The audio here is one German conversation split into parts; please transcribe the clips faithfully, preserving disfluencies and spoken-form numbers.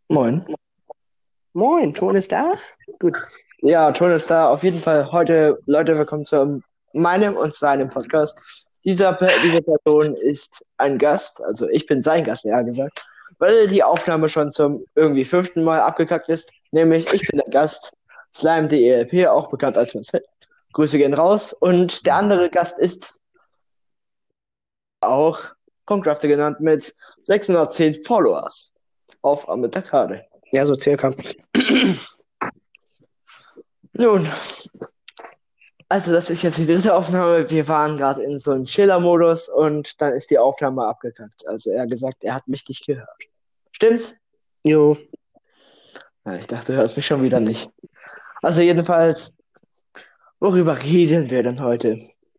Moin. Moin, Ton ist da? Gut. Ja, Ton ist da. Auf jeden Fall heute, Leute, willkommen zu meinem und seinem Podcast. Dieser, Pe- diese Person ist ein Gast, also ich bin sein Gast, eher gesagt, weil die Aufnahme schon zum irgendwie fünften Mal abgekackt ist. Nämlich, ich bin der Gast, Slime.delp, auch bekannt als Marcel. Grüße gehen raus. Und der andere Gast ist auch Concrafter genannt mit sechshundertzehn Followers auf Amittakade. Ja, so circa. Nun, also das ist jetzt die dritte Aufnahme. Wir waren gerade in so einem Chiller-Modus und dann ist die Aufnahme abgekackt. Also er hat gesagt, er hat mich nicht gehört. Stimmt's? Jo. Ja, ich dachte, du hörst mich schon wieder nicht. Also jedenfalls, worüber reden wir denn heute?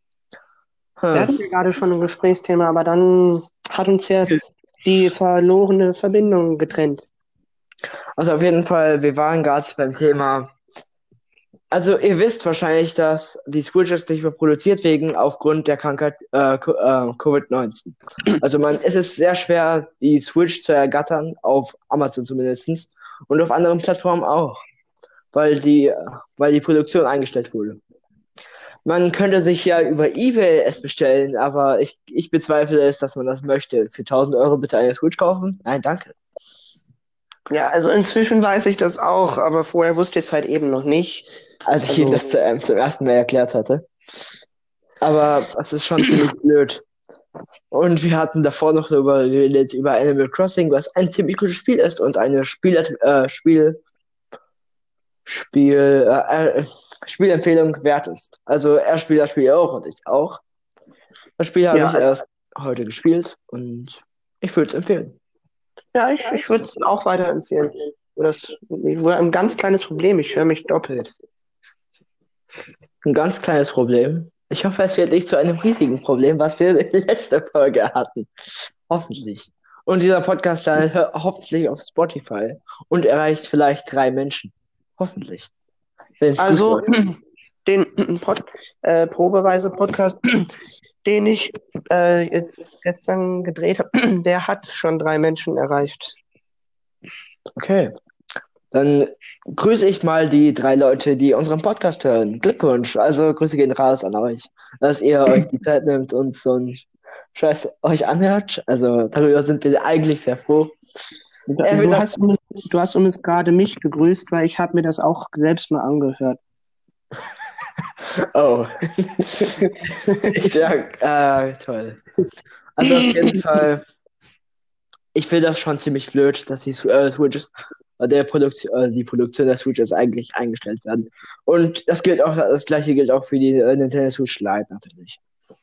Wir Hm. hatten ja gerade schon ein Gesprächsthema, aber dann hat uns ja die verlorene Verbindung getrennt. Also auf jeden Fall, wir waren gerade beim Thema. Also ihr wisst wahrscheinlich, dass die Switch jetzt nicht mehr produziert wegen aufgrund der Krankheit äh, Co- äh, Covid neunzehn. Also man, es ist sehr schwer, die Switch zu ergattern, auf Amazon zumindest und auf anderen Plattformen auch, weil die, weil die Produktion eingestellt wurde. Man könnte sich ja über eBay es bestellen, aber ich, ich bezweifle es, dass man das möchte. Für tausend Euro bitte eine Switch kaufen? Nein, danke. Ja, also inzwischen weiß ich das auch, aber vorher wusste ich es halt eben noch nicht. Als ich Also, ihm das zu, ähm, zum ersten Mal erklärt hatte. Aber es ist schon ziemlich blöd. Und wir hatten davor noch darüber geredet, über Animal Crossing, was ein ziemlich gutes Spiel ist und eine Spiel, äh, Spiel, Spiel, äh, äh, Spielempfehlung wert ist. Also er spielt das Spiel auch und ich auch. Das Spiel habe ja, ich erst heute gespielt und ich würde es empfehlen. ja, ich, ich würde es auch weiterempfehlen. Das war ein ganz kleines Problem, ich höre mich doppelt. Ein ganz kleines Problem. Ich hoffe, es wird nicht zu einem riesigen Problem, was wir in der letzten Folge hatten. Hoffentlich. Und dieser Podcast landet ho- hoffentlich auf Spotify und erreicht vielleicht drei Menschen. Hoffentlich. Wenn es gut Also, läuft. den Pod, äh, Probeweise-Podcast, den ich äh, jetzt gestern gedreht habe, der hat schon drei Menschen erreicht. Okay. Dann grüße ich mal die drei Leute, die unseren Podcast hören. Glückwunsch. Also Grüße gehen raus an euch, dass ihr euch die Zeit nimmt und so ein Scheiß euch anhört. Also darüber sind wir eigentlich sehr froh. Du, Er wird du das. hast, übrigens- du hast übrigens gerade mich gegrüßt, weil ich habe mir das auch selbst mal angehört. Oh. Ich sag, äh, toll. Also auf jeden Fall, ich finde das schon ziemlich blöd, dass die äh, Switches, äh, der Produktion, äh, die Produktion der Switches eigentlich eingestellt werden. Und das gilt auch, das gleiche gilt auch für die äh, Nintendo Switch Lite natürlich.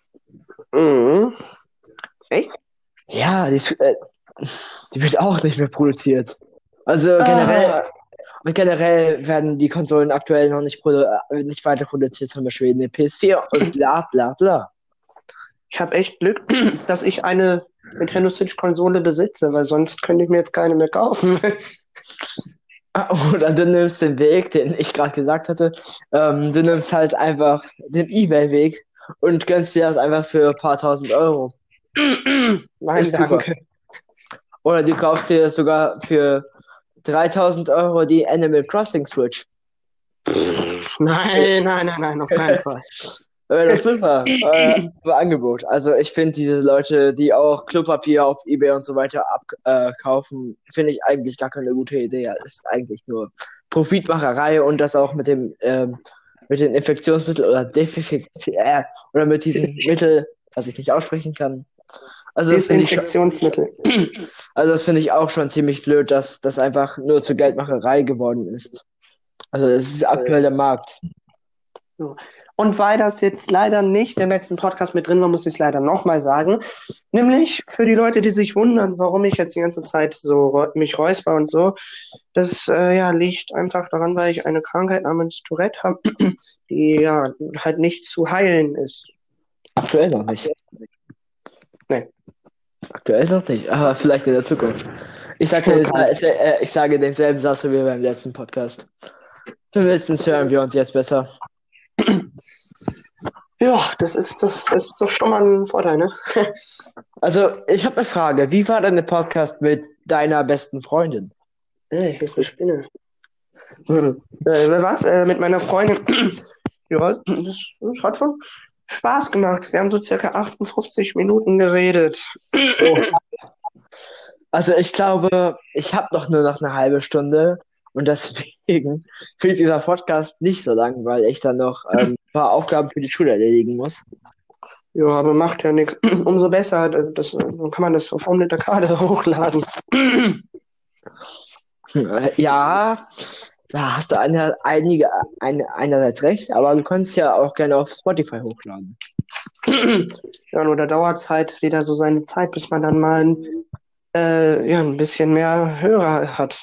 Mhm. Echt? Ja, die, Sw- äh, die wird auch nicht mehr produziert. Also generell, Ah, und generell werden die Konsolen aktuell noch nicht, produ äh, nicht weiter produziert, zum Beispiel eine P S vier und bla bla bla. ich habe echt Glück, dass ich eine Nintendo Switch-Konsole besitze, weil sonst könnte ich mir jetzt keine mehr kaufen. Oder du nimmst den Weg, den ich gerade gesagt hatte. Ähm, du nimmst halt einfach den eBay-Weg und gönnst dir das einfach für ein paar tausend Euro. Nein, Ist super. danke. Oder du kaufst dir sogar für dreitausend Euro die Animal Crossing Switch. Nein, nein, nein, nein, auf keinen Fall. Wäre doch super. Äh, super Angebot. Also ich finde diese Leute, die auch Klopapier auf eBay und so weiter abkaufen, äh, finde ich eigentlich gar keine gute Idee. Das ist eigentlich nur Profitmacherei und das auch mit dem ähm, mit den Infektionsmitteln oder Defekt äh, oder mit diesem Mittel, was ich nicht aussprechen kann. Also das finde ich schon, Desinfektionsmittel. also das finde ich auch schon ziemlich blöd, dass das einfach nur zur Geldmacherei geworden ist. Also das ist aktuell der Markt. So. Und weil das jetzt leider nicht im letzten Podcast mit drin war, muss ich es leider nochmal sagen. Nämlich für die Leute, die sich wundern, warum ich jetzt die ganze Zeit so räu- mich räusper und so. Das äh, ja, liegt einfach daran, weil ich eine Krankheit namens Tourette habe, die ja halt nicht zu heilen ist. Aktuell noch nicht. Nee. Aktuell noch nicht, aber vielleicht in der Zukunft. Ich sagte, Okay. äh, ich sage denselben Satz wie beim letzten Podcast. Zumindest hören wir uns jetzt besser. Ja, das ist, das ist doch schon mal ein Vorteil, ne? Also, ich habe eine Frage. Wie war dein Podcast mit deiner besten Freundin? Äh, ich bin eine Spinne. Hm. Äh, was? Äh, mit meiner Freundin. Ja, das, das hat schon Spaß gemacht. Wir haben so circa achtundfünfzig Minuten geredet. Oh. Also ich glaube, ich habe noch nur noch eine halbe Stunde und deswegen wird dieser Podcast nicht so lang, weil ich dann noch ähm, ein paar Aufgaben für die Schule erledigen muss. Ja, aber macht ja nichts. Umso besser. Das, dann kann man das auf Omnitter Karte hochladen. Äh, Ja, da hast du eine, einige, eine, einerseits recht, aber du kannst ja auch gerne auf Spotify hochladen. Ja, nur da dauert es halt wieder so seine Zeit, bis man dann mal ein, äh, ja, ein bisschen mehr Hörer hat.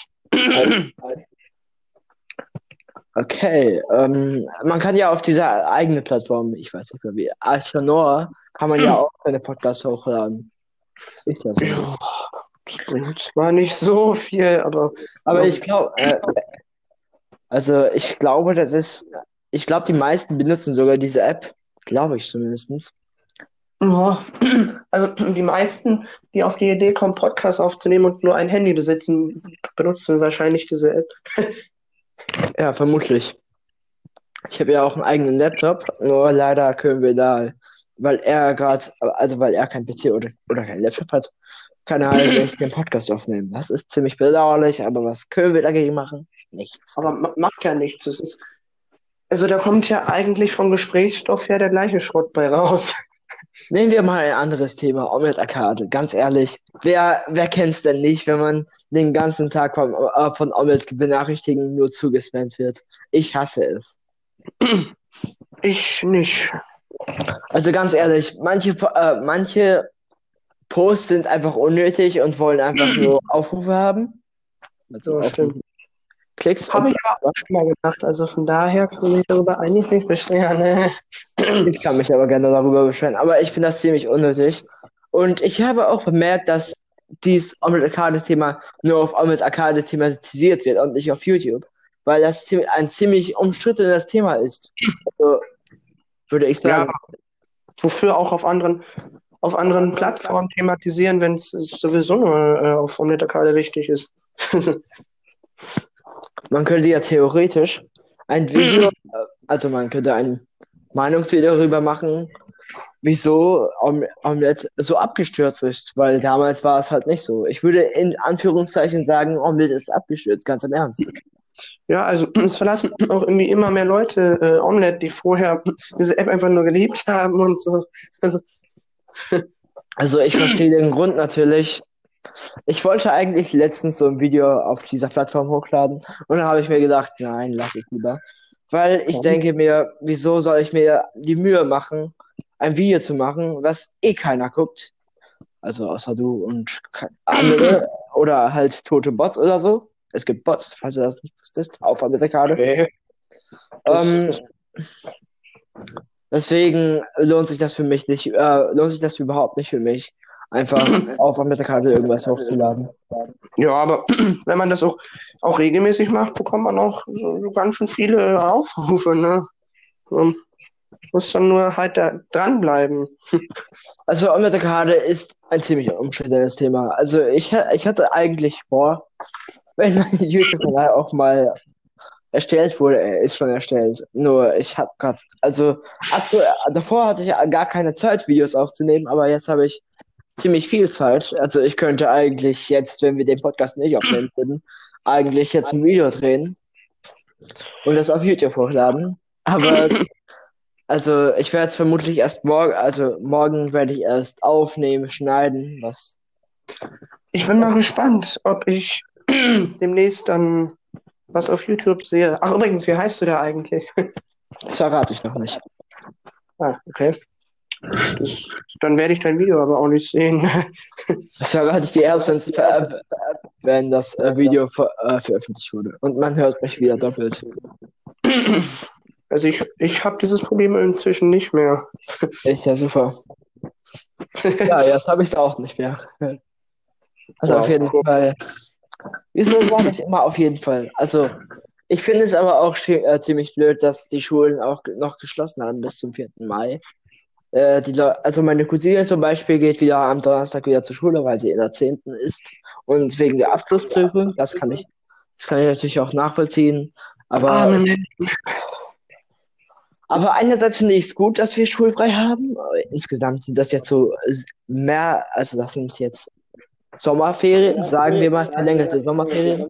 Okay, ähm, man kann ja auf dieser eigenen Plattform, ich weiß nicht mehr wie, Archanor, kann man ja auch seine Podcasts hochladen. Ist ja so. Ja, das bringt zwar nicht so viel, aber Aber ich glaube, äh, also ich glaube, das ist, ich glaube, die meisten benutzen sogar diese App, glaube ich zumindest. ja, also die meisten, die auf die Idee kommen, Podcasts aufzunehmen und nur ein Handy besitzen, benutzen wahrscheinlich diese App. Ja, vermutlich. Ich habe ja auch einen eigenen Laptop, nur leider können wir da, weil er gerade, also weil er kein P C oder, oder kein Laptop hat, kann er halt nicht den Podcast aufnehmen. Das ist ziemlich bedauerlich, aber was können wir dagegen machen? Nichts. Aber ma- macht ja nichts. Es ist, also da kommt ja eigentlich vom Gesprächsstoff her der gleiche Schrott bei raus. Nehmen wir mal ein anderes Thema, Omelette Arcade. Ganz ehrlich, wer, wer kennt's denn nicht, wenn man den ganzen Tag von, äh, von Omelette Benachrichtigungen nur zugespammt wird? Ich hasse es. Ich nicht. Also ganz ehrlich, manche, äh, manche Posts sind einfach unnötig und wollen einfach nur Aufrufe haben. Also So, Aufrufe, stimmt. Klicks. Habe Und ich aber auch schon mal gemacht. Also von daher kann ich mich darüber eigentlich nicht beschweren. Ne? ich kann mich aber gerne darüber beschweren. Aber ich finde das ziemlich unnötig. Und ich habe auch bemerkt, dass dieses Omelette Arcade-Thema nur auf Omelette Arcade thematisiert wird und nicht auf YouTube. Weil das ziemlich, ein ziemlich umstrittenes Thema ist. Also, würde ich Ja, sagen. wofür auch auf anderen, auf anderen Plattformen thematisieren, wenn es sowieso nur äh, auf Omnitter Karte wichtig ist. Man könnte ja theoretisch ein Video, äh, also man könnte ein Meinungsvideo darüber machen, wieso Om Omelette so abgestürzt ist, weil damals war es halt nicht so. Ich würde in Anführungszeichen sagen, Omelette ist abgestürzt, ganz im Ernst. Ja, also es verlassen auch irgendwie immer mehr Leute äh, Omelette, die vorher diese App einfach nur geliebt haben und so. Also, Also ich verstehe den Grund natürlich. Ich wollte eigentlich letztens so ein Video auf dieser Plattform hochladen und dann habe ich mir gedacht, nein, lass es lieber. Weil ich denke mir, wieso soll ich mir die Mühe machen, ein Video zu machen, was eh keiner guckt? Also außer du und ke- andere oder halt tote Bots oder so. Es gibt Bots, falls du das nicht wusstest, auf der Karte. okay. Das, Ähm, das, deswegen lohnt sich das für mich nicht, äh, lohnt sich das überhaupt nicht für mich, einfach auf der Karte irgendwas hochzuladen. ja, aber wenn man das auch, auch regelmäßig macht, bekommt man auch so, so ganz schön viele Aufrufe, ne? Man muss dann nur halt da dranbleiben. Also Omelette Karte ist ein ziemlich umstrittenes Thema. Also ich, hä- ich hatte eigentlich vor, wenn mein YouTube-Kanal auch mal erstellt wurde, er ist schon erstellt. Nur ich habe gerade, also aktuell, davor hatte ich ja gar keine Zeit, Videos aufzunehmen, aber jetzt habe ich ziemlich viel Zeit. Also ich könnte eigentlich jetzt, wenn wir den Podcast nicht aufnehmen würden, eigentlich jetzt ein Video drehen und das auf YouTube hochladen. Aber also ich werde es vermutlich erst morgen, also morgen werde ich erst aufnehmen, schneiden, was. Ich bin mal gespannt, ob ich demnächst dann was auf YouTube sehe. Ach, übrigens, wie heißt du da eigentlich? Das verrate ich noch nicht. Ah, okay. Das, dann werde ich dein Video aber auch nicht sehen. Das verrate ich dir erst, wenn's ver wenn das äh, Video ver äh, veröffentlicht wurde. Und man hört mich wieder doppelt. Also ich, ich habe dieses Problem inzwischen nicht mehr. Ist ja super. Ja, jetzt habe ich es auch nicht mehr. Also auf Wow, jeden cool. Fall. Wieso sage ich immer auf jeden Fall? Also, ich finde es aber auch schä- äh, ziemlich blöd, dass die Schulen auch ge- noch geschlossen haben bis zum vierten Mai. Äh, die Leu also meine Cousine zum Beispiel geht wieder am Donnerstag wieder zur Schule, weil sie in der zehnten ist. Und wegen der Abschlussprüfung, das kann ich. Das kann ich natürlich auch nachvollziehen. Aber, Arme Menschen. aber einerseits finde ich es gut, dass wir schulfrei haben. Aber insgesamt sind das jetzt so äh, mehr, also das sind jetzt Sommerferien, sagen wir mal, verlängerte Sommerferien.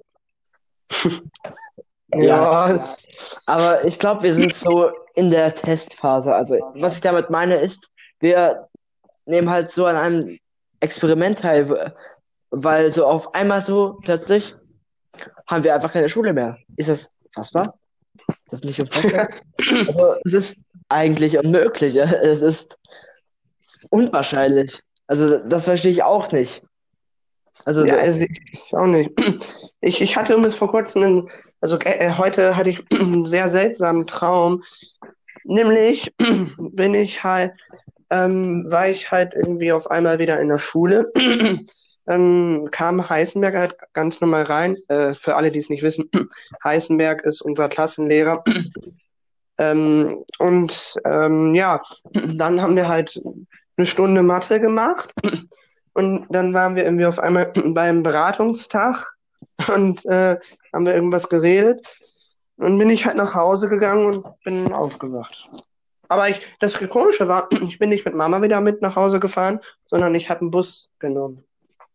Ja, Ja, aber ich glaube, wir sind so in der Testphase. Also, was ich damit meine, ist, wir nehmen halt so an einem Experiment teil, w- weil so auf einmal so plötzlich haben wir einfach keine Schule mehr. Ist das fassbar? Das ist nicht unfassbar? Also, es ist eigentlich unmöglich. Es ist unwahrscheinlich. Also, das verstehe ich auch nicht. Also, ja, so- also ich auch nicht. Ich, ich hatte übrigens vor kurzem, einen, also äh, heute hatte ich einen sehr seltsamen Traum. Nämlich bin ich halt, ähm, war ich halt irgendwie auf einmal wieder in der Schule. Dann kam Heißenberg halt ganz normal rein. Äh, für alle, die es nicht wissen, Heißenberg ist unser Klassenlehrer. Ähm, und ähm, ja, dann haben wir halt eine Stunde Mathe gemacht. Und dann waren wir irgendwie auf einmal beim Beratungstag und äh, haben wir irgendwas geredet. Und bin ich halt nach Hause gegangen und bin aufgewacht. Aber ich, das Komische war, ich bin nicht mit Mama wieder mit nach Hause gefahren, sondern ich habe einen Bus genommen.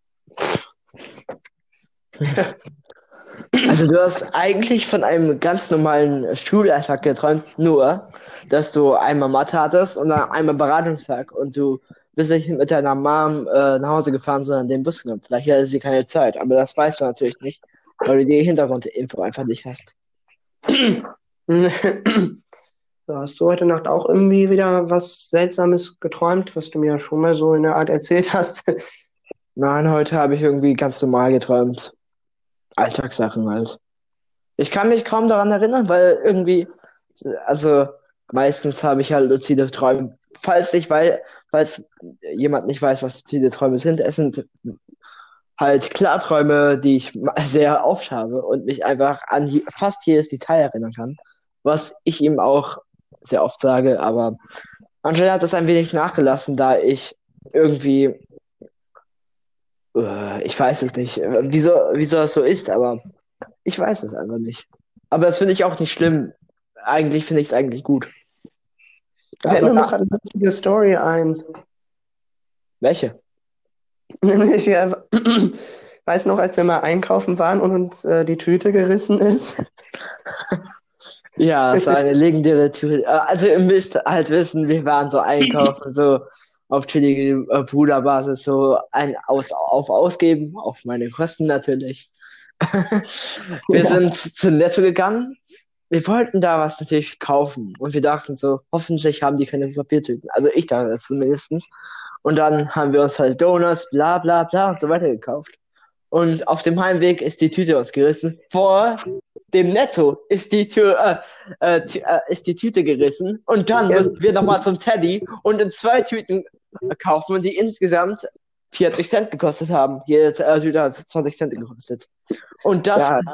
also du hast eigentlich von einem ganz normalen Schulalltag geträumt, nur, dass du einmal Mathe hattest und dann einmal Beratungstag und du bist nicht mit deiner Mom äh, nach Hause gefahren, sondern den Bus genommen. Vielleicht hatte sie keine Zeit, aber das weißt du natürlich nicht, weil du die Hintergrundinfo einfach nicht hast. So, hast du heute Nacht auch irgendwie wieder was Seltsames geträumt, was du mir ja schon mal so in der Art erzählt hast? Nein, heute habe ich irgendwie ganz normal geträumt. Alltagssachen halt. Ich kann mich kaum daran erinnern, weil irgendwie, also meistens habe ich halt luzide Träume. Falls nicht, weil, falls jemand nicht weiß, was luzide Träume sind, es sind halt Klarträume, die ich ma- sehr oft habe und mich einfach an je- fast jedes Detail erinnern kann, was ich ihm auch sehr oft sage, aber anscheinend hat das ein wenig nachgelassen, da ich irgendwie, äh, ich weiß es nicht, äh, wieso, wieso das so ist, aber ich weiß es einfach nicht. Aber das finde ich auch nicht schlimm. Eigentlich finde ich es eigentlich gut. Fällt Aber mir ja, gerade eine lustige Story ein. welche? Nämlich, ja, weiß noch, als wir mal einkaufen waren und uns äh, die Tüte gerissen ist. Ja, so eine legendäre Tür. Äh, Also ihr müsst halt wissen, wir waren so einkaufen, so auf chillige äh, Bruderbasis, so ein Aus auf Ausgeben, auf meine Kosten natürlich. Wir Ja. sind zu Netto gegangen. Wir wollten da was natürlich kaufen und wir dachten so, hoffentlich haben die keine Papiertüten. Also ich dachte das zumindestens. Und dann haben wir uns halt Donuts, bla bla bla und so weiter gekauft. Und auf dem Heimweg ist die Tüte uns gerissen. Vor dem Netto ist die Tür, äh, äh, Tü- äh, ist die Tüte gerissen. Und dann Ja, mussten wir nochmal zum Teddy und in zwei Tüten äh, kaufen, die insgesamt vierzig Cent gekostet haben. Jede äh, Tüte hat zwanzig Cent gekostet. Und das, ja,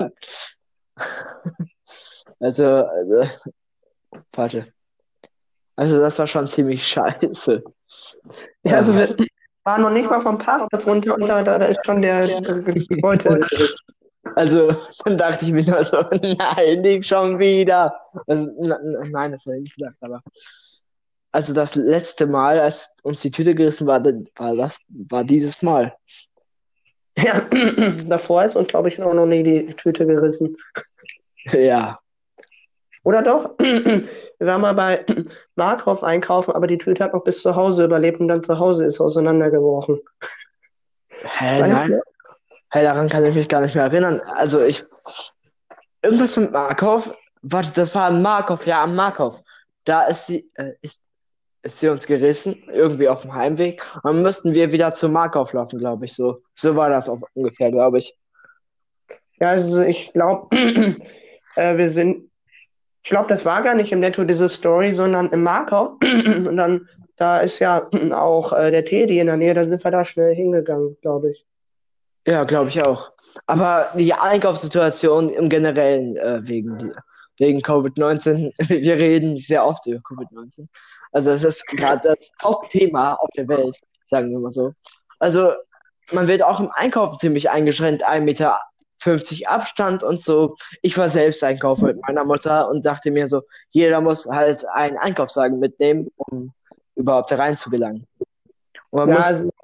also, also, warte. Also das war schon ziemlich scheiße. ja, also Äh, wir waren noch nicht mal vom Parkplatz runter und da, da, da ist schon der äh, Beutel gerissen. also dann dachte ich mir nur so, nein, nicht schon wieder. Also, na, na, nein, das habe ich nicht gedacht, aber also das letzte Mal, als uns die Tüte gerissen war, war das, war dieses Mal. Ja, davor ist uns, glaube ich, auch noch nie die Tüte gerissen. Ja. Oder doch? Wir waren mal bei Markov einkaufen, aber die Tüte hat noch bis zu Hause überlebt und dann zu Hause ist auseinandergebrochen. Hä, Weißt nein. du? Hä, daran kann ich mich gar nicht mehr erinnern. Also ich, irgendwas mit Markov. Warte, das war am Markov, ja, am Markov. Da ist sie, äh, ist, ist sie uns gerissen, irgendwie auf dem Heimweg. Und dann müssten wir wieder zu Markov laufen, glaube ich. So, so war das auf, ungefähr, glaube ich. Ja, also ich glaube, äh, wir sind, ich glaube, das war gar nicht im Netto diese Story, sondern im Markov. Und dann, da ist ja auch äh, der Teddy in der Nähe, da sind wir da schnell hingegangen, glaube ich. Ja, glaube ich auch. Aber die Einkaufssituation im Generellen äh, wegen, die, wegen Covid neunzehn, wir reden sehr oft über Covid neunzehn. Also es ist gerade das Top-Thema auf der Welt, sagen wir mal so. Also man wird auch im Einkaufen ziemlich eingeschränkt, ein Meter fünfzig Abstand und so. Ich war selbst einkaufen mit meiner Mutter und dachte mir so, jeder muss halt einen Einkaufswagen mitnehmen, um überhaupt da rein zu gelangen. Und man Ja, muss, also,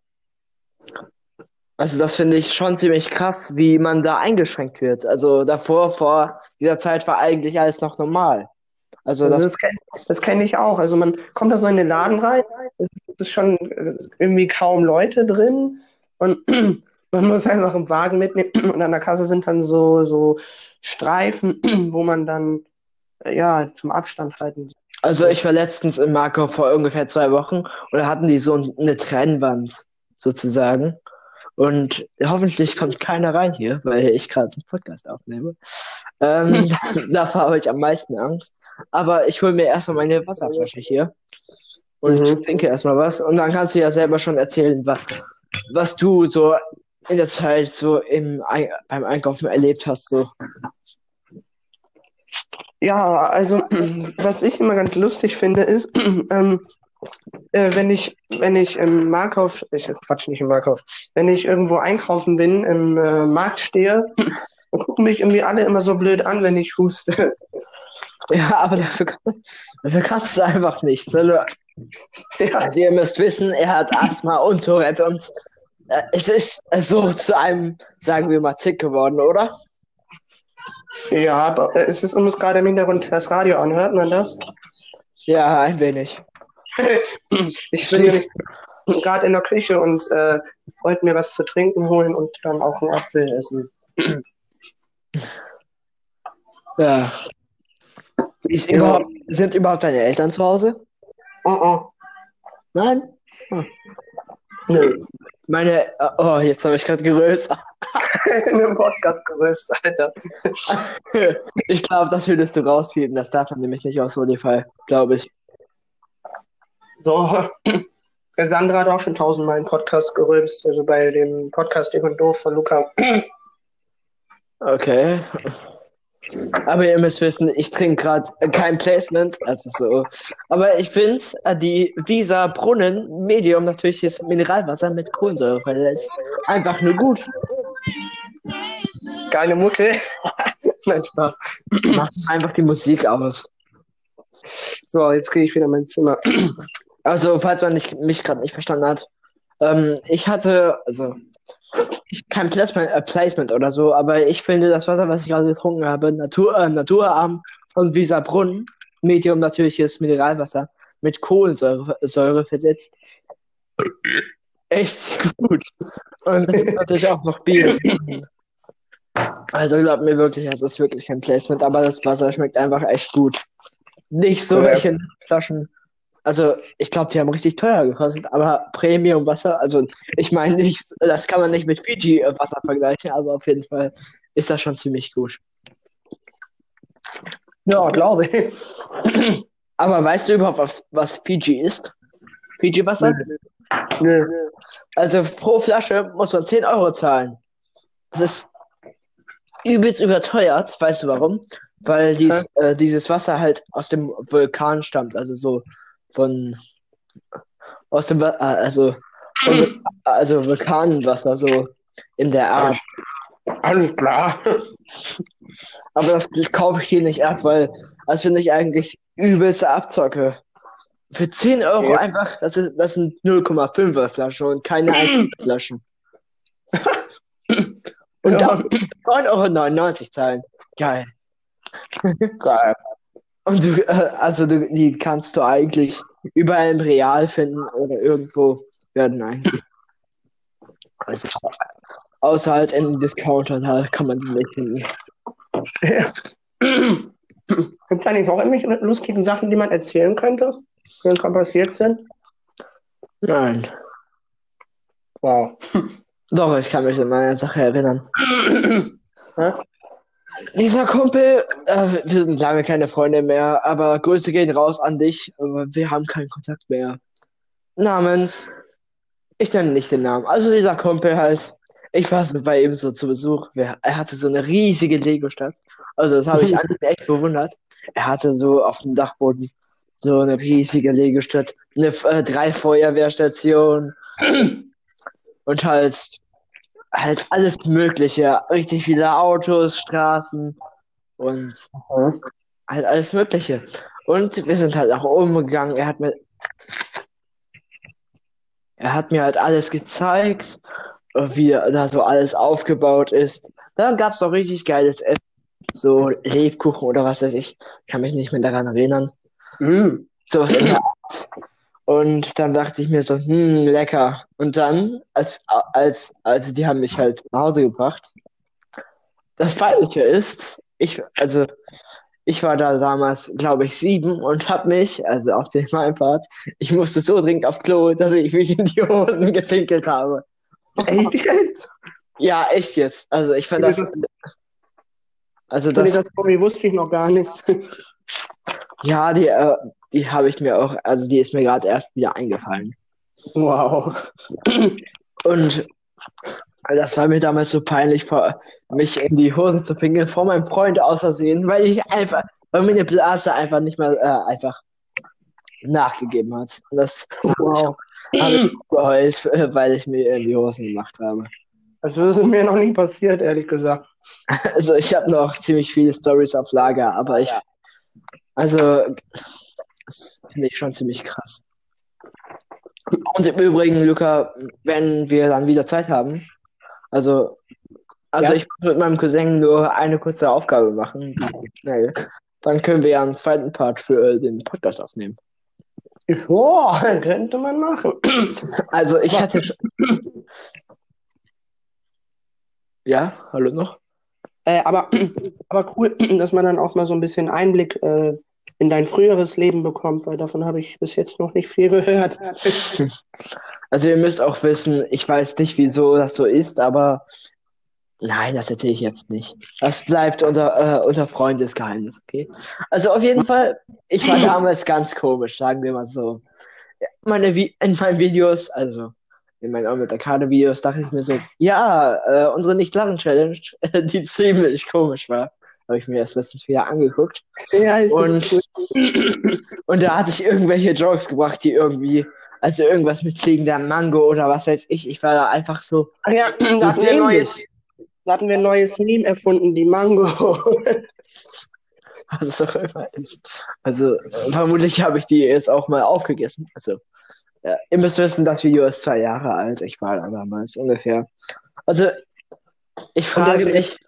also das finde ich schon ziemlich krass, wie man da eingeschränkt wird. Also davor, vor dieser Zeit war eigentlich alles noch normal. Also also das, das kenne das kenn ich auch. Also man kommt da so in den Laden rein, es ist schon äh, irgendwie kaum Leute drin und man muss einfach einen Wagen mitnehmen und an der Kasse sind dann so, so Streifen, wo man dann äh, ja zum Abstand halten. also ich war letztens im Marco vor ungefähr zwei Wochen und da hatten die so ein- eine Trennwand sozusagen. Und hoffentlich kommt keiner rein hier, weil ich gerade einen Podcast aufnehme. Ähm, davor habe ich am meisten Angst. Aber ich hole mir erstmal meine Wasserflasche hier und Mhm. trinke erstmal was. Und dann kannst du ja selber schon erzählen, was, was du so in der Zeit so im, Ei- beim Einkaufen erlebt hast. So. Ja, also was ich immer ganz lustig finde, ist, ähm, äh, wenn ich, wenn ich im Markauf, ich Quatsch, nicht im Markauf, wenn ich irgendwo einkaufen bin, im äh, Markt stehe, dann gucken mich irgendwie alle immer so blöd an, wenn ich huste. Ja, aber dafür, kann- dafür kannst du einfach nichts. Also, Ja, also ihr müsst wissen, er hat Asthma und Tourette und äh, es ist äh, so zu einem, sagen wir mal, Tick geworden, oder? ja, aber äh, es ist uns gerade im Hintergrund das Radio an, hört man das? Ja, ein wenig. Ich bin nämlich gerade in der Küche und äh, wollte mir was zu trinken holen und dann auch einen Apfel essen. Ja. Wie ist Ja. überhaupt, sind überhaupt deine Eltern zu Hause? Oh, oh. Nein? Hm. Nö. Meine, äh, oh, jetzt habe ich gerade geröst. In einem Podcast gerüst, Alter. Ich glaube, das würdest du rauspiepen. Das darf man nämlich nicht aus Spotify, glaube ich. So, Sandra hat auch schon tausendmal einen Podcast gerülpst, also bei dem Podcast Dick und Doof von Luca. Okay. Aber ihr müsst wissen, ich trinke gerade kein Placement, also so. Aber ich finde, äh, die Visa Brunnen Medium natürliches Mineralwasser mit Kohlensäure verletzt. Einfach nur gut. Geile Mucke. Nein, Spaß. Macht einfach die Musik aus. So, jetzt kriege ich wieder mein Zimmer. Also, falls man nicht, mich gerade nicht verstanden hat. Ähm, ich hatte, also, ich, kein Placement, äh, Placement oder so, aber ich finde das Wasser, was ich gerade getrunken habe, Natur, äh, naturarm von Visa Brunnen, Medium natürliches Mineralwasser mit Kohlensäure Säure versetzt. Echt gut. Und das ist natürlich auch noch Bier. Also glaubt mir wirklich, es ist wirklich kein Placement, aber das Wasser schmeckt einfach echt gut. Nicht so Ja. welche Flaschen. Also, ich glaube, die haben richtig teuer gekostet, aber Premium-Wasser, also ich meine nicht, das kann man nicht mit Fiji-Wasser vergleichen, aber auf jeden Fall ist das schon ziemlich gut. Ja, glaube ich. Aber weißt du überhaupt, was, was Fiji ist? Fiji-Wasser? Nö. Also pro Flasche muss man zehn Euro zahlen. Das ist übelst überteuert. Weißt du warum? Weil dies, äh, dieses Wasser halt aus dem Vulkan stammt, also so von aus dem Wa- äh, also von, also Vulkanwasser so in der Art. Alles klar. Aber das kaufe ich hier nicht ab, weil das finde ich eigentlich übelste Abzocke. Für zehn Euro Ja. einfach, das ist das sind null Komma fünfer Flaschen und keine ein Flaschen. Und Ja. dann neun Euro neunundneunzig zahlen. Geil. Geil. Und du, äh, also du, die kannst du eigentlich überall im Real finden oder irgendwo werden eigentlich. Also, außer halt in Discounter, da kann man die nicht finden. Gibt es eigentlich noch irgendwelche lustigen Sachen, die man erzählen könnte, die uns schon passiert sind? Nein. Wow. Doch, ich kann mich an eine Sache erinnern. Ja? Dieser Kumpel, äh, wir sind lange keine Freunde mehr, aber Grüße gehen raus an dich, aber wir haben keinen Kontakt mehr. Namens, ich nenne nicht den Namen, also dieser Kumpel halt, ich war so bei ihm so zu Besuch, wir, er hatte so eine riesige Lego-Stadt, also das habe ich an ihm echt bewundert. Er hatte so auf dem Dachboden so eine riesige Lego-Stadt, eine, äh, drei Feuerwehrstationen und halt halt alles Mögliche. Richtig viele Autos, Straßen und Mhm. halt alles Mögliche. Und wir sind halt auch umgegangen. Er hat mir, er hat mir halt alles gezeigt, äh, wie da so alles aufgebaut ist. Dann gab es auch richtig geiles Essen, so Lebkuchen oder was weiß ich. Kann mich nicht mehr daran erinnern. Mhm. Sowas in der Art. Und dann dachte ich mir so, hm, lecker. Und dann, als, als, also die haben mich halt nach Hause gebracht. Das Peinliche ist, ich, also ich war da damals, glaube ich, sieben und hab mich, also auf den Part, ich musste so dringend auf Klo, dass ich mich in die Hosen gepinkelt habe. Echt jetzt? Ja, echt jetzt. Also ich fand Das das, ist, also von das, dieser Story wusste ich noch gar nichts. ja, die, äh, die habe ich mir auch, also die ist mir gerade erst wieder eingefallen. Wow. Und das war mir damals so peinlich, vor, mich in die Hosen zu pinkeln vor meinem Freund außersehen, weil ich einfach, weil meine Blase einfach nicht mehr äh, einfach nachgegeben hat. Und das Wow. habe ich geheult, äh, weil ich mir in die Hosen gemacht habe. Also das ist mir noch nie passiert, ehrlich gesagt. Also ich habe noch ziemlich viele Stories auf Lager, aber ich, also das finde ich schon ziemlich krass. Und im Übrigen, Luca, wenn wir dann wieder Zeit haben, also Also Ja? ich muss mit meinem Cousin nur eine kurze Aufgabe machen, die schnell. Dann können wir ja einen zweiten Part für äh, den Podcast aufnehmen. Boah, könnte man machen. Also ich Aber, hatte schon. Ja, hallo noch? äh, aber, aber cool, dass man dann auch mal so ein bisschen Einblick äh, in dein früheres Leben bekommt, weil davon habe ich bis jetzt noch nicht viel gehört. Also ihr müsst auch wissen, ich weiß nicht, wieso das so ist, aber nein, das erzähle ich jetzt nicht. Das bleibt unter, äh, unter Freundesgeheimnis, okay? Also auf jeden Fall, ich war damals ganz komisch, sagen wir mal so. Meine Vi in meinen Videos, also in meinen Omelette Arcade Videos, dachte ich mir so, ja, äh, unsere Nicht-Lachen-Challenge, die ziemlich komisch war, habe ich mir erst letztens wieder angeguckt. Ja, ich finde das Und, gut. und da hatte ich irgendwelche Jokes gebracht, die irgendwie, also irgendwas mit fliegender Mango oder was weiß ich, ich war da einfach so, Ach ja, da so hatten wir ein neues, dämlich. da hatten wir ein neues Meme erfunden, die Mango. Was es auch immer ist. Also äh, vermutlich habe ich die jetzt auch mal aufgegessen. Also ja, ihr müsst wissen, das Video ist zwei Jahre alt. Ich war da damals ungefähr. Also ich Und frage deswegen, mich,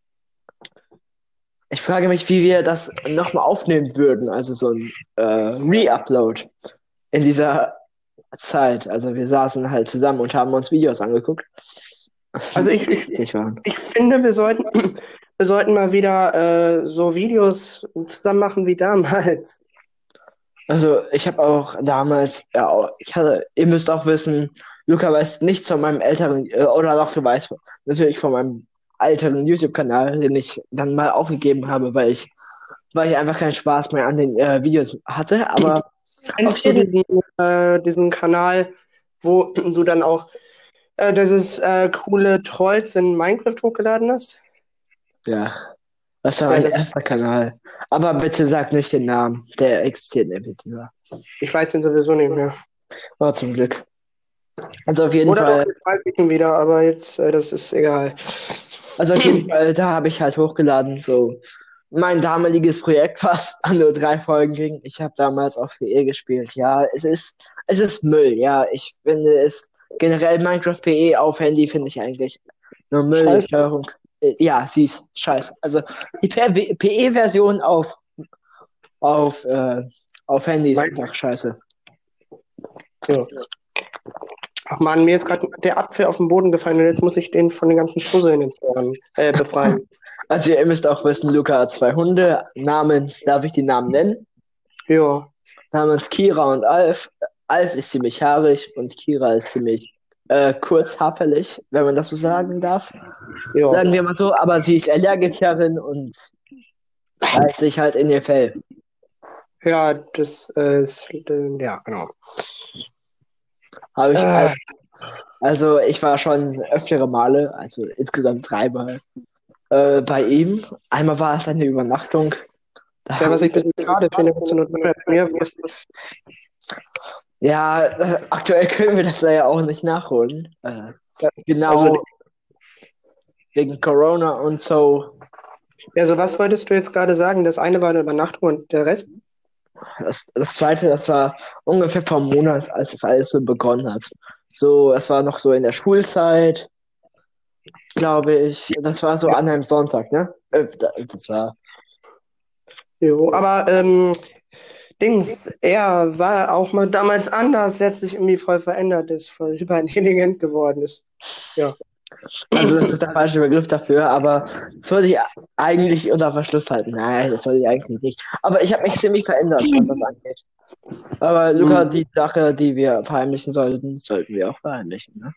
ich frage mich, wie wir das nochmal aufnehmen würden. Also so ein äh, Re-Upload in dieser Zeit. Also wir saßen halt zusammen und haben uns Videos angeguckt. also ich, ich, Witzig waren. ich finde, wir sollten, wir sollten mal wieder äh, so Videos zusammen machen wie damals. Also ich habe auch damals, ja, auch- ich hatte, ihr müsst auch wissen, Luca weiß nichts von meinem älteren, äh, oder doch, du weißt natürlich von meinem älteren YouTube-Kanal, den ich dann mal aufgegeben habe, weil ich, weil ich einfach keinen Spaß mehr an den äh, Videos hatte. Aber auf Kennst du jeden diesen, äh, diesen Kanal, wo du dann auch äh, dieses äh, coole Trolls in Minecraft hochgeladen hast? ja, das war Ja, mein das, erster Kanal. Aber bitte sag nicht den Namen, der existiert nämlich nicht mehr. ich weiß den sowieso nicht mehr. Aber zum Glück. Also auf jeden Oder doch, Fall. jetzt weiß ich ihn wieder, aber jetzt, äh, das ist egal. Also auf jeden Fall, da habe ich halt hochgeladen, so mein damaliges Projekt, was an nur drei Folgen ging. Ich habe damals auch für E gespielt. Ja, es ist, es ist Müll. Ja, ich finde es generell Minecraft P E auf Handy finde ich eigentlich nur Müll. Die Scheiße. Steuerung, äh, ja, sie ist scheiße. Also die P E-Version auf auf äh, auf Handy ist Mein- einfach scheiße. Ja. Ach man, mir ist gerade der Apfel auf den Boden gefallen und jetzt muss ich den von den ganzen Fusseln entfernen, äh, befreien. Also ihr müsst auch wissen, Luca hat zwei Hunde namens, darf ich die Namen nennen? Ja. Namens Kira und Alf. Alf ist ziemlich haarig und Kira ist ziemlich äh, kurzhaarfällig, wenn man das so sagen darf. Ja. Sagen wir mal so, aber sie ist Allergikerin und reißt sich halt in ihr Fell. Ja, das äh, ist, äh, ja, genau. Habe ich, Äh, also ich war schon öftere Male, also insgesamt dreimal, äh, bei ihm. Einmal war es eine Übernachtung. Da ja, was ich ein bisschen schade finde, wenn du nur bei mir bist. ja, äh, aktuell können wir das leider auch nicht nachholen. Äh, Ja, genau, also wegen Corona und so. Also was wolltest du jetzt gerade sagen? Das eine war eine Übernachtung und der Rest? Das, das zweite, das war ungefähr vor einem Monat, als das alles so begonnen hat. So, es war noch so in der Schulzeit, glaube ich. Das war so Ja. an einem Sonntag, ne? Äh, Das war. Jo, aber ähm, Dings, er war auch mal damals anders, er hat sich irgendwie voll verändert, ist voll hyperintelligent geworden ist. Ja. Also, das ist der falsche Begriff dafür, aber das wollte ich eigentlich unter Verschluss halten. Nein, das wollte ich eigentlich nicht. Aber ich habe mich ziemlich verändert, was das angeht. Aber Luca, Mhm. die Sache, die wir verheimlichen sollten, sollten wir auch verheimlichen, ne?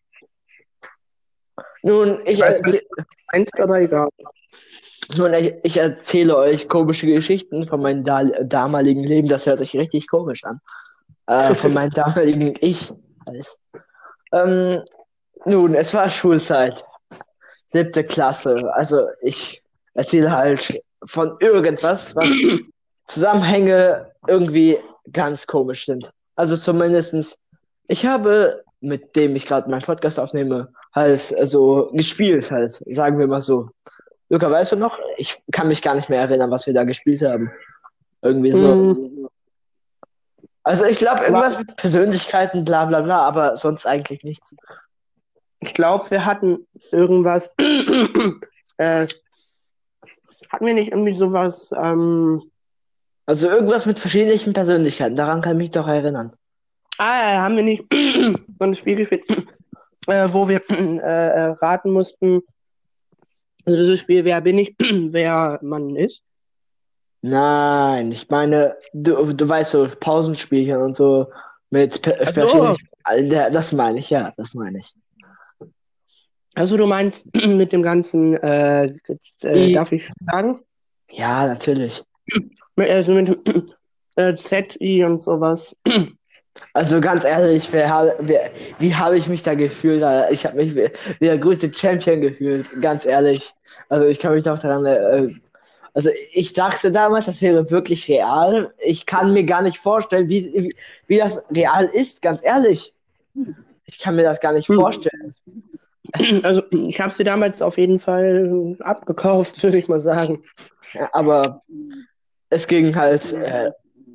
Nun, ich, Ich weiß erzäh nicht, was du meinst, aber egal. nun, ich, ich erzähle euch komische Geschichten von meinem da damaligen Leben. Das hört sich richtig komisch an. Äh, von meinem damaligen Ich. Alles. Ähm, nun, es war Schulzeit. Siebte Klasse. Also ich erzähle halt von irgendwas, was Zusammenhänge irgendwie ganz komisch sind. Also zumindestens, ich habe, mit dem ich gerade meinen Podcast aufnehme, halt so gespielt halt, sagen wir mal so. Luca, weißt du noch? Ich kann mich gar nicht mehr erinnern, was wir da gespielt haben. Irgendwie so. Mhm. Also ich glaube, Aber irgendwas mit Persönlichkeiten, bla bla bla, aber sonst eigentlich nichts. ich glaube, wir hatten irgendwas, äh, hatten wir nicht irgendwie sowas, ähm, Also irgendwas mit verschiedenen Persönlichkeiten, daran kann ich mich doch erinnern. ah, ja, haben wir nicht so ein Spiel gespielt, äh, wo wir äh, äh, raten mussten, also dieses Spiel, wer bin ich, wer man ist. Nein, ich meine, du, du weißt so, Pausenspielchen und so mit pe- Ach verschiedenen. so, Ja, das meine ich, ja, das meine ich. also du meinst mit dem ganzen, äh, äh, I, darf ich sagen? ja, natürlich. Mit- Also mit dem äh, Z I und sowas. Also ganz ehrlich, wer, ha- wer, wie habe ich mich da gefühlt? Alter? Ich habe mich wie, wie der größte Champion gefühlt, ganz ehrlich. Also ich kann mich noch daran, äh, also ich dachte damals, das wäre wirklich real. Ich kann mir gar nicht vorstellen, wie, wie, wie das real ist, ganz ehrlich. Ich kann mir das gar nicht Hm. vorstellen. Also ich habe sie damals auf jeden Fall abgekauft, würde ich mal sagen. Ja, aber es ging halt äh,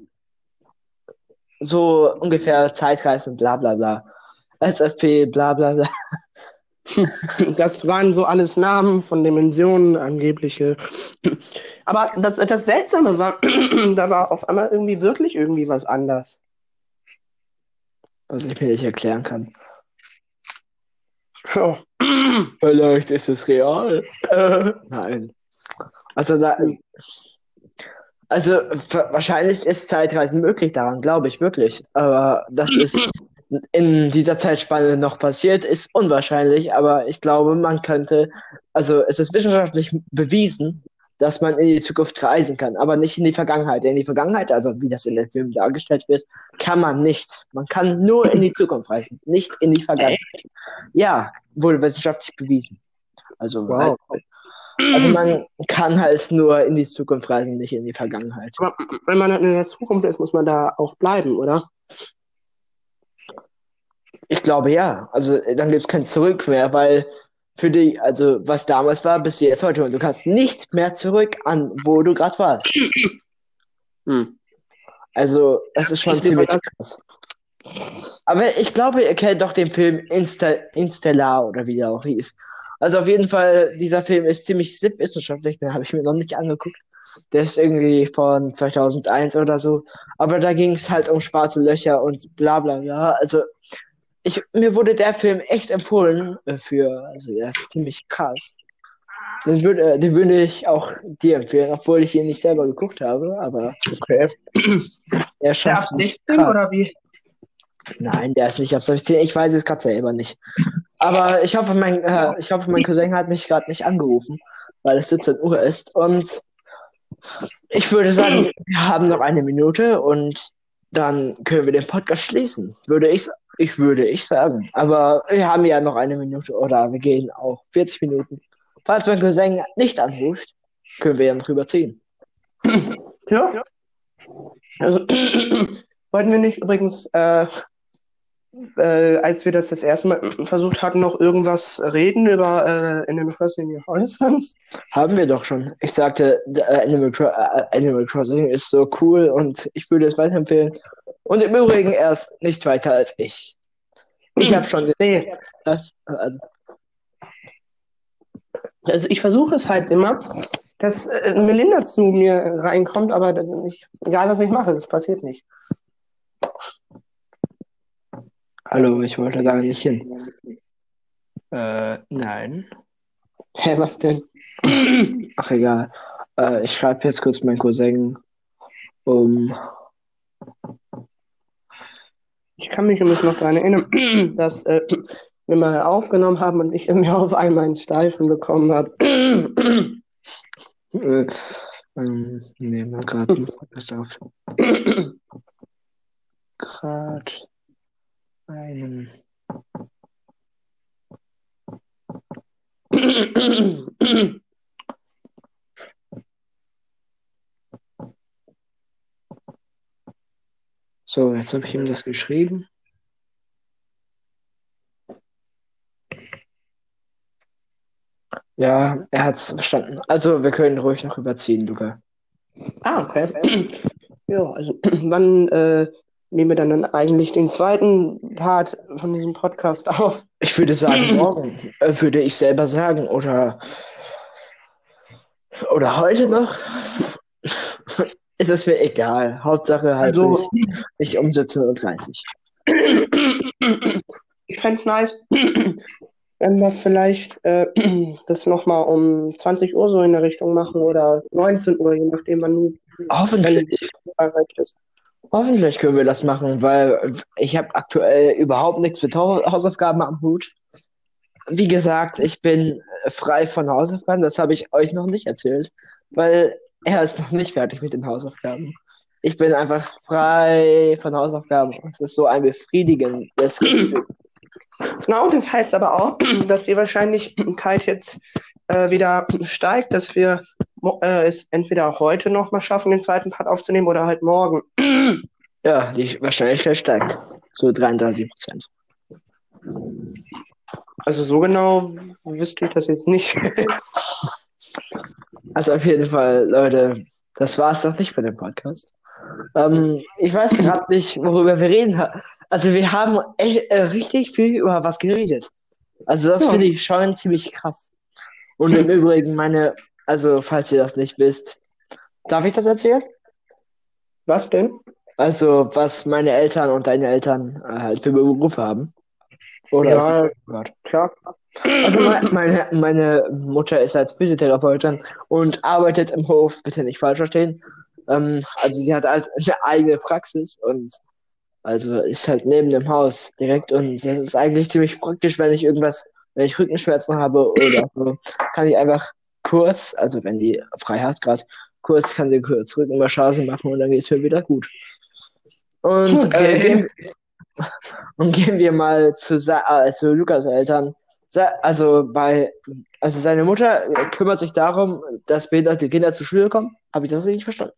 so ungefähr Zeitreisen, bla bla bla. S F P, bla bla bla. Das waren so alles Namen von Dimensionen, angebliche. Aber das, das Seltsame war, da war auf einmal irgendwie wirklich irgendwie was anders. Was ich mir nicht erklären kann. Oh. Vielleicht ist es real. Äh, nein. Also da, also w- wahrscheinlich ist Zeitreisen möglich, daran glaube ich wirklich. Aber das ist in dieser Zeitspanne noch passiert, ist unwahrscheinlich. Aber ich glaube, man könnte, also es ist wissenschaftlich bewiesen, dass man in die Zukunft reisen kann, aber nicht in die Vergangenheit. In die Vergangenheit, also wie das in den Filmen dargestellt wird, kann man nicht. Man kann nur in die Zukunft reisen, nicht in die Vergangenheit. Ja, wurde wissenschaftlich bewiesen. Also, Wow. also man kann halt nur in die Zukunft reisen, nicht in die Vergangenheit. Aber wenn man dann in der Zukunft ist, muss man da auch bleiben, oder? Ich glaube ja. Also dann gibt es kein Zurück mehr, weil für die, also was damals war, bist du jetzt heute und du kannst nicht mehr zurück an, wo du gerade warst. Hm. Also es ist schon Ich ziemlich lieber krass. Aber ich glaube, ihr kennt doch den Film Insta Interstellar oder wie der auch hieß. Also auf jeden Fall, dieser Film ist ziemlich wissenschaftlich, den habe ich mir noch nicht angeguckt. Der ist irgendwie von zweitausendeins oder so. Aber da ging es halt um schwarze Löcher und bla bla bla. Also ich, mir wurde der Film echt empfohlen äh, für, also der ist ziemlich krass. Den würde, äh, den würde ich auch dir empfehlen, obwohl ich ihn nicht selber geguckt habe, aber Okay. er ist schon Der ab ziemlich sechzehn krass. oder wie? Nein, der ist nicht ab sechzehn. Ich weiß es gerade selber nicht. Aber ich hoffe, mein, äh, ich hoffe, mein Cousin hat mich gerade nicht angerufen, weil es siebzehn Uhr ist. Und ich würde sagen, wir haben noch eine Minute und dann können wir den Podcast schließen. Würde ich, ich würde ich sagen. Aber wir haben ja noch eine Minute oder wir gehen auch vierzig Minuten. Falls mein Cousin nicht anruft, können wir ja noch überziehen. Ja. Also wollten wir nicht übrigens äh, äh, als wir das das erste Mal versucht hatten, noch irgendwas reden über äh, Animal Crossing New Horizons? Haben wir doch schon. Ich sagte, äh, Animal, Cro äh, Animal Crossing ist so cool und ich würde es weiterempfehlen. Und im Übrigen erst nicht weiter als ich. Ich habe schon Nee, das, also also ich versuche es halt immer, dass äh, Melinda zu mir reinkommt, aber dann nicht, egal was ich mache, es passiert nicht. hallo, ich wollte da nicht hin. Äh, nein. Hä, was denn? Ach, egal. Äh, ich schreibe jetzt kurz meinen Cousin um. Ich kann mich übrigens noch daran erinnern, dass äh, wir mal aufgenommen haben und ich mir auf einmal einen Steifen bekommen habe. Äh, ähm, nehmen wir gerade einen Podcast auf. Gerade einen. So, jetzt habe ich ihm das geschrieben. Ja, er hat es verstanden. Also, wir können ruhig noch überziehen, Luca. Ah, okay. Ja, also wann äh, nehmen wir dann eigentlich den zweiten Part von diesem Podcast auf? Ich würde sagen, morgen, äh, würde ich selber sagen. Oder, oder heute noch. Ist es mir egal. Hauptsache halt Also, nicht, nicht um siebzehn Uhr dreißig. ich fände es nice, wenn wir vielleicht äh, das nochmal um zwanzig Uhr so in der Richtung machen oder neunzehn Uhr, je nachdem, wann du Hoffentlich, erreicht ist. hoffentlich können wir das machen, weil ich habe aktuell überhaupt nichts mit Hau- Hausaufgaben am Hut. Wie gesagt, ich bin frei von Hausaufgaben. Das habe ich euch noch nicht erzählt, weil er ist noch nicht fertig mit den Hausaufgaben. Ich bin einfach frei von Hausaufgaben. Es ist so ein befriedigendes Gefühl. Genau, das heißt aber auch, dass die Wahrscheinlichkeit jetzt äh, wieder steigt, dass wir mo- äh, es entweder heute noch mal schaffen, den zweiten Part aufzunehmen oder halt morgen. Ja, die Wahrscheinlichkeit steigt zu dreiunddreißig Prozent. Also so genau wüsste ich das jetzt nicht. Also auf jeden Fall, Leute, das war es doch nicht für den Podcast. Ähm, ich weiß gerade nicht, worüber wir reden. ha- Also wir haben echt, äh, richtig viel über was geredet. Also das Ja. finde ich schon ziemlich krass. Und im Übrigen meine, also falls ihr das nicht wisst, darf ich das erzählen? Was denn? Also was meine Eltern und deine Eltern äh, halt für Berufe haben. Oder ist Ja, oh Gott. klar. Also me- meine, meine Mutter ist als Physiotherapeutin und arbeitet im Hof, bitte nicht falsch verstehen. Ähm, also sie hat als eine eigene Praxis und also ist halt neben dem Haus direkt und das ist eigentlich ziemlich praktisch, wenn ich irgendwas, wenn ich Rückenschmerzen habe oder so, kann ich einfach kurz, also wenn die frei hat gerade, kurz kann sie kurz Rückenmassage machen und dann geht es mir wieder gut. Und äh, Okay. gehen, und gehen wir mal zu, Sa äh, zu Lukas Eltern. Sa also bei, also seine Mutter kümmert sich darum, dass behinderte Kinder zur Schule kommen. Habe ich das richtig verstanden?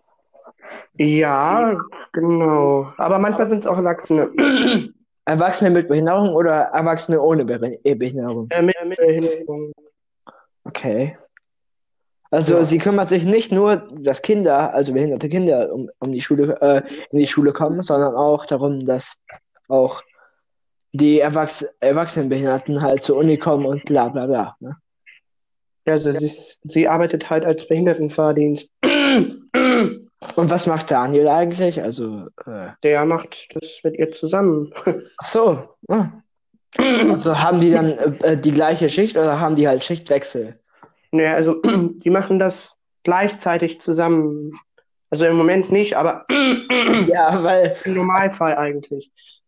Ja, genau. Aber manchmal sind es auch Erwachsene. Erwachsene mit Behinderung oder Erwachsene ohne Be äh, Behinderung? Äh, mit Behinderung. Okay. Also Ja. sie kümmert sich nicht nur, dass Kinder, also behinderte Kinder, um, um die Schule, äh, in die Schule kommen, sondern auch darum, dass auch die Erwachs Erwachsenenbehinderten halt zur Uni kommen und bla bla bla. Ne? Also sie, ist- sie arbeitet halt als Behindertenfahrdienst. Und was macht Daniel eigentlich? Also, äh, Der macht das mit ihr zusammen. ach so. Ah. Also haben die dann äh, die gleiche Schicht oder haben die halt Schichtwechsel? Naja, also die machen das gleichzeitig zusammen. Also im Moment nicht, aber Ja, weil, im Normalfall eigentlich.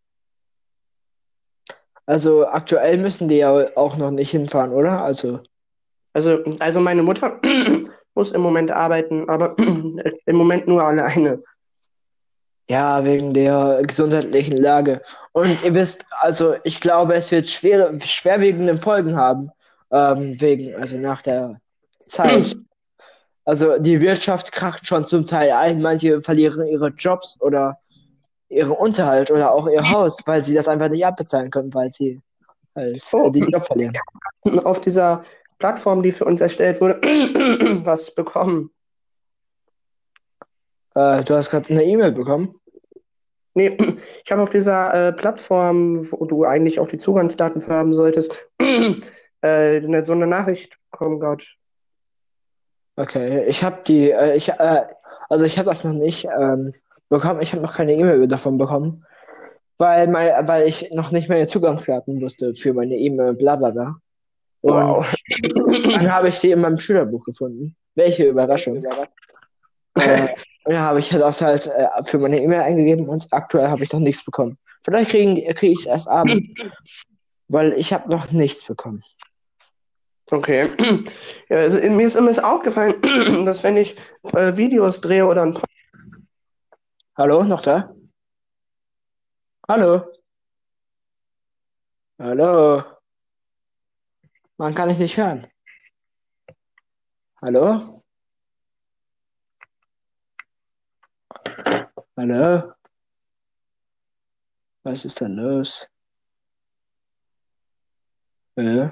also aktuell müssen die ja auch noch nicht hinfahren, oder? Also, Also, also meine Mutter muss im Moment arbeiten, aber im Moment nur alleine. ja, wegen der gesundheitlichen Lage. Und ihr wisst, also ich glaube, es wird schwere, schwerwiegende Folgen haben, ähm, wegen, also nach der Zeit. Also die Wirtschaft kracht schon zum Teil ein, manche verlieren ihre Jobs oder ihren Unterhalt oder auch ihr Haus, weil sie das einfach nicht abbezahlen können, weil sie halt äh, Oh, den Job verlieren. auf dieser Plattform, die für uns erstellt wurde, was bekommen. Äh, du hast gerade eine E-Mail bekommen. Nee, ich habe auf dieser äh, Plattform, wo du eigentlich auch die Zugangsdaten für haben solltest, äh, eine, so eine Nachricht bekommen gerade. Okay, ich habe die, äh, ich, äh, also ich habe das noch nicht ähm, bekommen. Ich habe noch keine E-Mail davon bekommen, weil mein, weil ich noch nicht meine Zugangsdaten wusste für meine E-Mail, bla bla bla. Und Wow. dann habe ich sie in meinem Schülerbuch gefunden. Welche Überraschung. Äh, ja, habe ich das halt äh, für meine E-Mail eingegeben und aktuell habe ich noch nichts bekommen. Vielleicht kriege krieg ich es erst abends, weil ich habe noch nichts bekommen. Okay. Ja, also, mir ist immer aufgefallen, dass wenn ich äh, Videos drehe oder ein Hallo, noch da? Hallo? Hallo? Man kann ich nicht hören. Hallo? Hallo? Was ist denn los? Äh?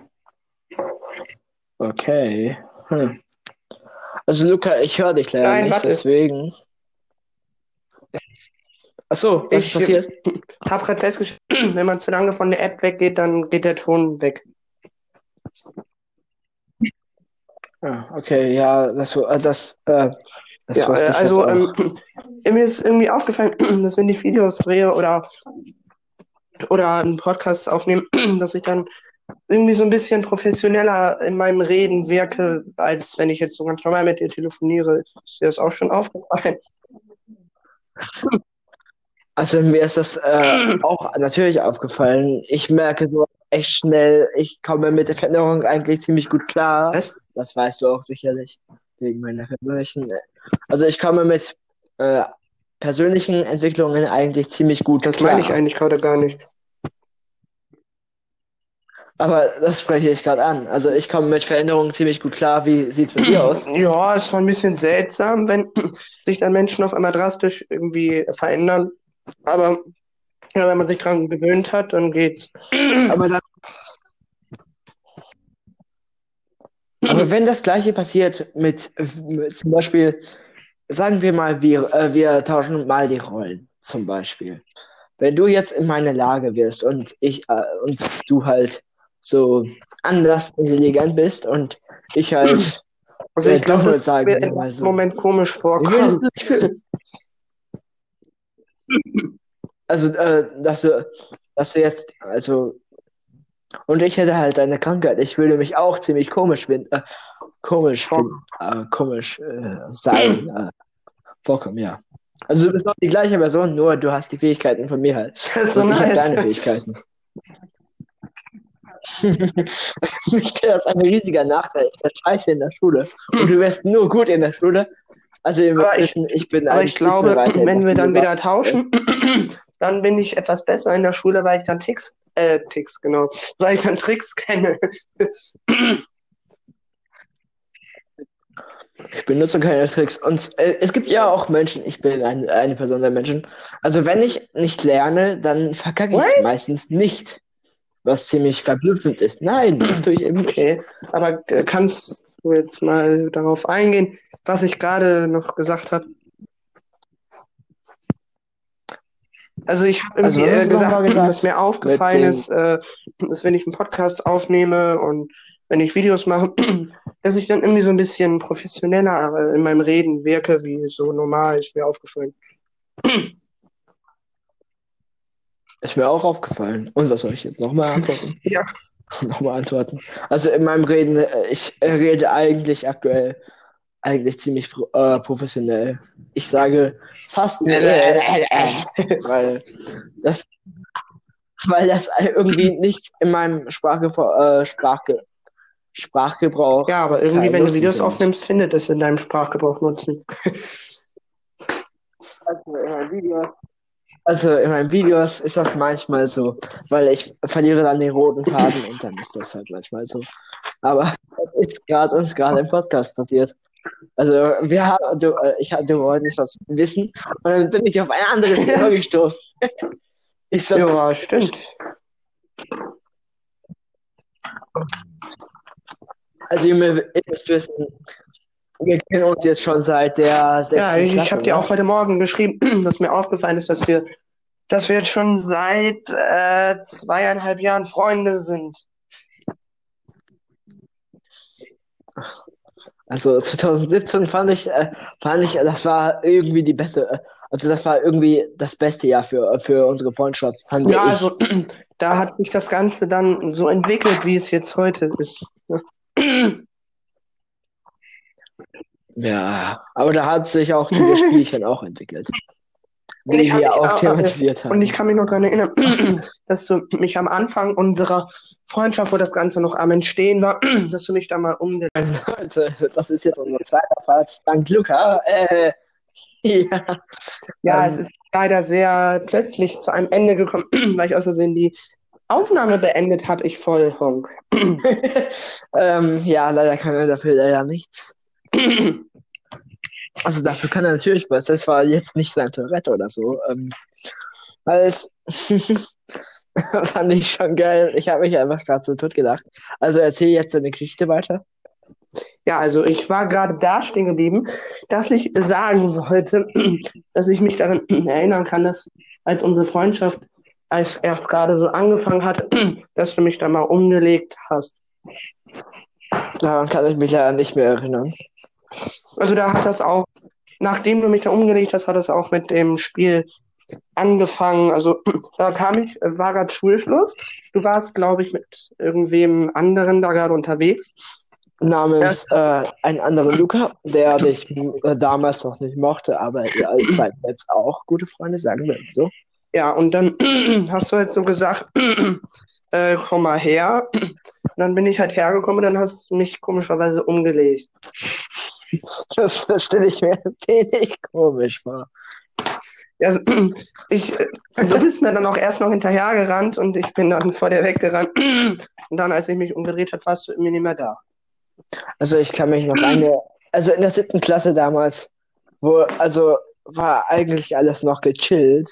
Okay. Hm. Also Luca, ich höre dich leider Nein, nicht, warte. deswegen. Achso, was ist Ich passiert? habe gerade festgestellt, wenn man zu lange von der App weggeht, dann geht der Ton weg. Ah, okay, ja, das, äh, das, äh, das Ja, äh, wusste ich jetzt also auch. ähm, mir ist irgendwie aufgefallen, dass wenn ich Videos drehe oder, oder einen Podcast aufnehme, dass ich dann irgendwie so ein bisschen professioneller in meinem Reden wirke, als wenn ich jetzt so ganz normal mit dir telefoniere. Ist dir das auch schon aufgefallen? Also mir ist das äh, auch natürlich aufgefallen. Ich merke nur echt schnell, ich komme mit der Veränderung eigentlich ziemlich gut klar. Was? Das weißt du auch sicherlich, wegen meiner Verbrechen. Also ich komme mit äh, persönlichen Entwicklungen eigentlich ziemlich gut Das meine ich klar. eigentlich gerade gar nicht. Aber das spreche ich gerade an. Also ich komme mit Veränderungen ziemlich gut klar. Wie sieht's mit dir aus? Ja, es war ein bisschen seltsam, wenn sich dann Menschen auf einmal drastisch irgendwie verändern. Aber ja, wenn man sich dran gewöhnt hat, dann geht's. Aber dann, aber wenn das Gleiche passiert mit, mit zum Beispiel, sagen wir mal, wir, äh, wir tauschen mal die Rollen, zum Beispiel. Wenn du jetzt in meine Lage wirst und ich äh, und du halt so anders intelligent bist und ich halt Also äh, ich glaube, dumme, das wird sagen mir wir im mal ersten so. Moment komisch Wie würdest vorkommen. du dich fühlen? Also, äh, dass du, dass du jetzt, also, und ich hätte halt eine Krankheit. Ich würde mich auch ziemlich komisch finden, äh, komisch finden, äh, komisch äh, sein, äh, vorkommen, ja. Also du bist doch die gleiche Person, nur du hast die Fähigkeiten von mir halt. Das ist so Und ich habe nice. deine Fähigkeiten. Mich wäre das ein riesiger Nachteil. Ich wäre scheiße in der Schule. Und du wärst nur gut in der Schule. Also ihr müsst Aber ich, wissen, ich bin aber ein ich glaube, Spitzenreiter in wenn der wir dann Schule. wieder tauschen, dann bin ich etwas besser in der Schule, weil ich dann Ticks, äh, Ticks, genau, weil ich dann Tricks kenne. Ich benutze keine Tricks. Und äh, es gibt ja auch Menschen, ich bin ein, eine Person der Menschen. Also wenn ich nicht lerne, dann verkacke ich What? meistens nicht. Was ziemlich verblüffend ist. Nein, das tue ich eben nicht. Okay, aber äh, kannst du jetzt mal darauf eingehen, was ich gerade noch gesagt habe? Also ich habe Also, irgendwie was hast äh, du noch gesagt, mal gesagt? was mir aufgefallen dem- ist, äh, ist, wenn ich einen Podcast aufnehme und wenn ich Videos mache, dass ich dann irgendwie so ein bisschen professioneller äh, in meinem Reden wirke, wie so normal, ist mir aufgefallen. Ist mir auch aufgefallen. Und was soll ich jetzt nochmal antworten? Ja. Nochmal antworten. Also in meinem Reden, äh, ich äh, rede eigentlich aktuell eigentlich ziemlich pro, äh, professionell. Ich sage fast nur, äh, äh, äh, weil das, weil das irgendwie nicht in meinem Sprachge äh, Sprachge Sprachgebrauch Ja, aber irgendwie, keinen wenn du Nutzen Videos findet. aufnimmst, findet es in deinem Sprachgebrauch Nutzen. Also in meinen Videos, also in meinen Videos ist das manchmal so, weil ich verliere dann den roten Faden und dann ist das halt manchmal so. Aber das ist gerade uns gerade im Podcast passiert. Also wir haben, du, äh, ich hatte, du wolltest was wissen und dann bin ich auf ein anderes Thema gestoßen. Ist das Ja, stimmt. Also ihr mü- ihr müsst wissen, wir kennen uns jetzt schon seit der Ja, sechsten ich, ich Klasse, habe dir oder? auch heute Morgen geschrieben, dass mir aufgefallen ist, dass wir, dass wir jetzt schon seit äh, zweieinhalb Jahren Freunde sind. Also zwanzig siebzehn fand ich, äh, fand ich, das war irgendwie die beste, äh, also das war irgendwie das beste Jahr für, für unsere Freundschaft, fand Ja, ich. also da hat sich das Ganze dann so entwickelt, wie es jetzt heute ist. Ja, aber da hat sich auch dieses Spielchen auch entwickelt, Und ich wie kann wir mich, auch äh, äh, thematisiert und ich haben. kann mich noch daran erinnern, dass du mich am Anfang unserer Freundschaft, wo das Ganze noch am Entstehen war, dass du mich da mal umge... Leute, das ist jetzt unser zweiter Part, dank Luca. Äh, ja, Ja, es ähm, ist leider sehr plötzlich zu einem Ende gekommen, weil ich aus Versehen die Aufnahme beendet habe, ich voll Honk. ähm, ja, leider kann er dafür leider nichts. Also dafür kann er natürlich was. Das war jetzt nicht sein Tourette oder so. Ähm, halt, fand ich schon geil. Ich habe mich einfach gerade so tot gedacht. Also erzähl jetzt deine Geschichte weiter. Ja, also ich war gerade da stehen geblieben, dass ich sagen wollte, dass ich mich daran erinnern kann, dass als unsere Freundschaft als erst gerade so angefangen hat, dass du mich da mal umgelegt hast. Daran kann ich mich leider nicht mehr erinnern. Also da hat das auch, nachdem du mich da umgelegt hast, hat das auch mit dem Spiel angefangen. Also da kam ich, war gerade Schulschluss. Du warst, glaube ich, mit irgendwem anderen da gerade unterwegs. Namens äh, einen anderen Luca, der dich äh, damals noch nicht mochte, aber ihr seid jetzt auch gute Freunde, sagen wir so. Ja, und dann hast du halt so gesagt, äh, komm mal her. Und dann bin ich halt hergekommen und dann hast du mich komischerweise umgelegt. Das stelle ich mir ein wenig komisch vor. Ja, also, ich, äh, du bist mir dann auch erst noch hinterhergerannt und ich bin dann vor dir weggerannt. Und dann, als ich mich umgedreht habe, warst du irgendwie nicht mehr da. Also ich kann mich noch eine, also in der siebten Klasse damals, wo, also war eigentlich alles noch gechillt.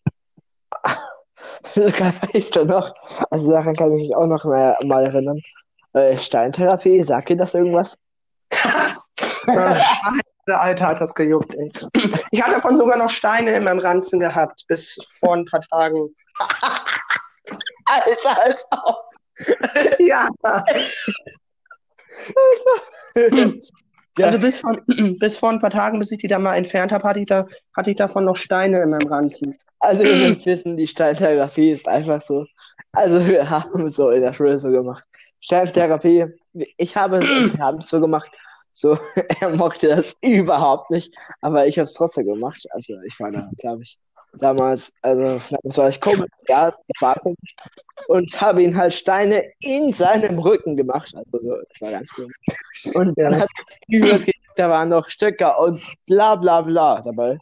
Weißt du noch? Also daran kann ich mich auch noch mal, mal erinnern. Äh, Steintherapie, sagt dir das irgendwas? Ah, Scheiße, Alter, hat das gejuckt, ey. Ich hatte davon sogar noch Steine in meinem Ranzen gehabt, bis vor ein paar Tagen. Alter, als auch. Ja. Ja. Also bis vor, bis vor ein paar Tagen, bis ich die da mal entfernt habe, hatte ich da, hatte ich davon noch Steine in meinem Ranzen. Also ihr müsst wissen, die Steintherapie ist einfach so. Also wir haben es so in der Schule so gemacht. Steintherapie, ich habe es und wir haben es so gemacht. So, er mochte das überhaupt nicht, aber ich habe es trotzdem gemacht. Also ich war da, glaube ich, damals, also das war ich komisch, ja, das war komisch. Und habe ihn halt Steine in seinem Rücken gemacht. Also so, das war ganz komisch. Und dann hat es da waren noch Stöcker und bla bla bla dabei.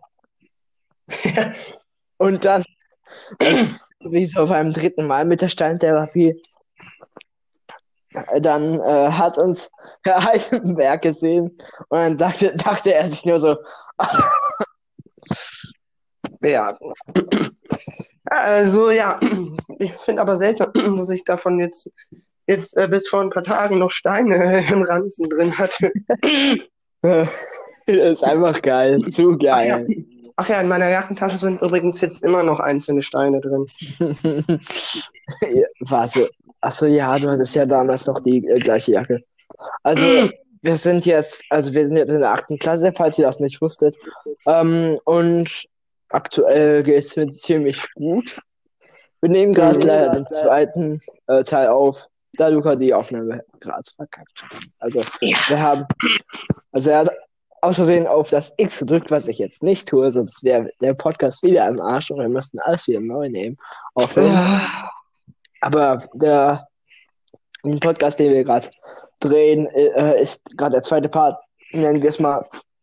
Und dann, also, wie so beim dritten Mal mit der Steintherapie, dann äh, hat uns Herr Heisenberg gesehen und dann dachte, dachte er sich nur so, Ja. Also ja, ich finde aber seltsam, dass ich davon jetzt, jetzt äh, bis vor ein paar Tagen noch Steine im Ranzen drin hatte. das ist einfach geil, zu Ach ja. geil. Ach ja, in meiner Jackentasche sind übrigens jetzt immer noch einzelne Steine drin. Ja, warte, achso, ja, du hattest ja damals noch die äh, gleiche Jacke. Also, wir sind jetzt, also wir sind jetzt in der achten Klasse, falls ihr das nicht wusstet. Ähm, und aktuell geht es mir ziemlich gut. Wir nehmen gerade Mhm. leider den zweiten äh, Teil auf, da Luca die Aufnahme gerade verkackt hat. Also, wir haben, also er hat aus Versehen auf das X gedrückt, was ich jetzt nicht tue, sonst wäre der Podcast wieder im Arsch und wir müssten alles wieder neu nehmen. Aufnehmen. Aber der den Podcast, den wir gerade drehen, äh, ist gerade der zweite Part, nennen wir es mal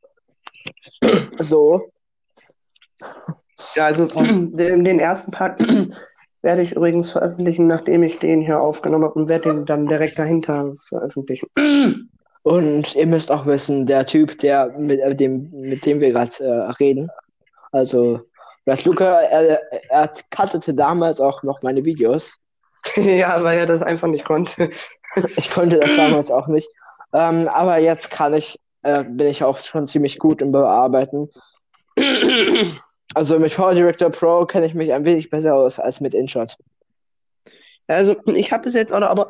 so. Ja, also den, den ersten Part werde ich übrigens veröffentlichen, nachdem ich den hier aufgenommen habe und werde den dann direkt dahinter veröffentlichen. Und ihr müsst auch wissen, der Typ, der mit äh, dem, mit dem wir gerade äh, reden, also Red Luca, er, er cuttete damals auch noch meine Videos. Ja, weil er das einfach nicht konnte. Ich konnte das damals auch nicht. Ähm, aber jetzt kann ich, äh, bin ich auch schon ziemlich gut im Bearbeiten. Also mit Power Director Pro kenne ich mich ein wenig besser aus als mit InShot. Also, ich habe bis jetzt auch noch, aber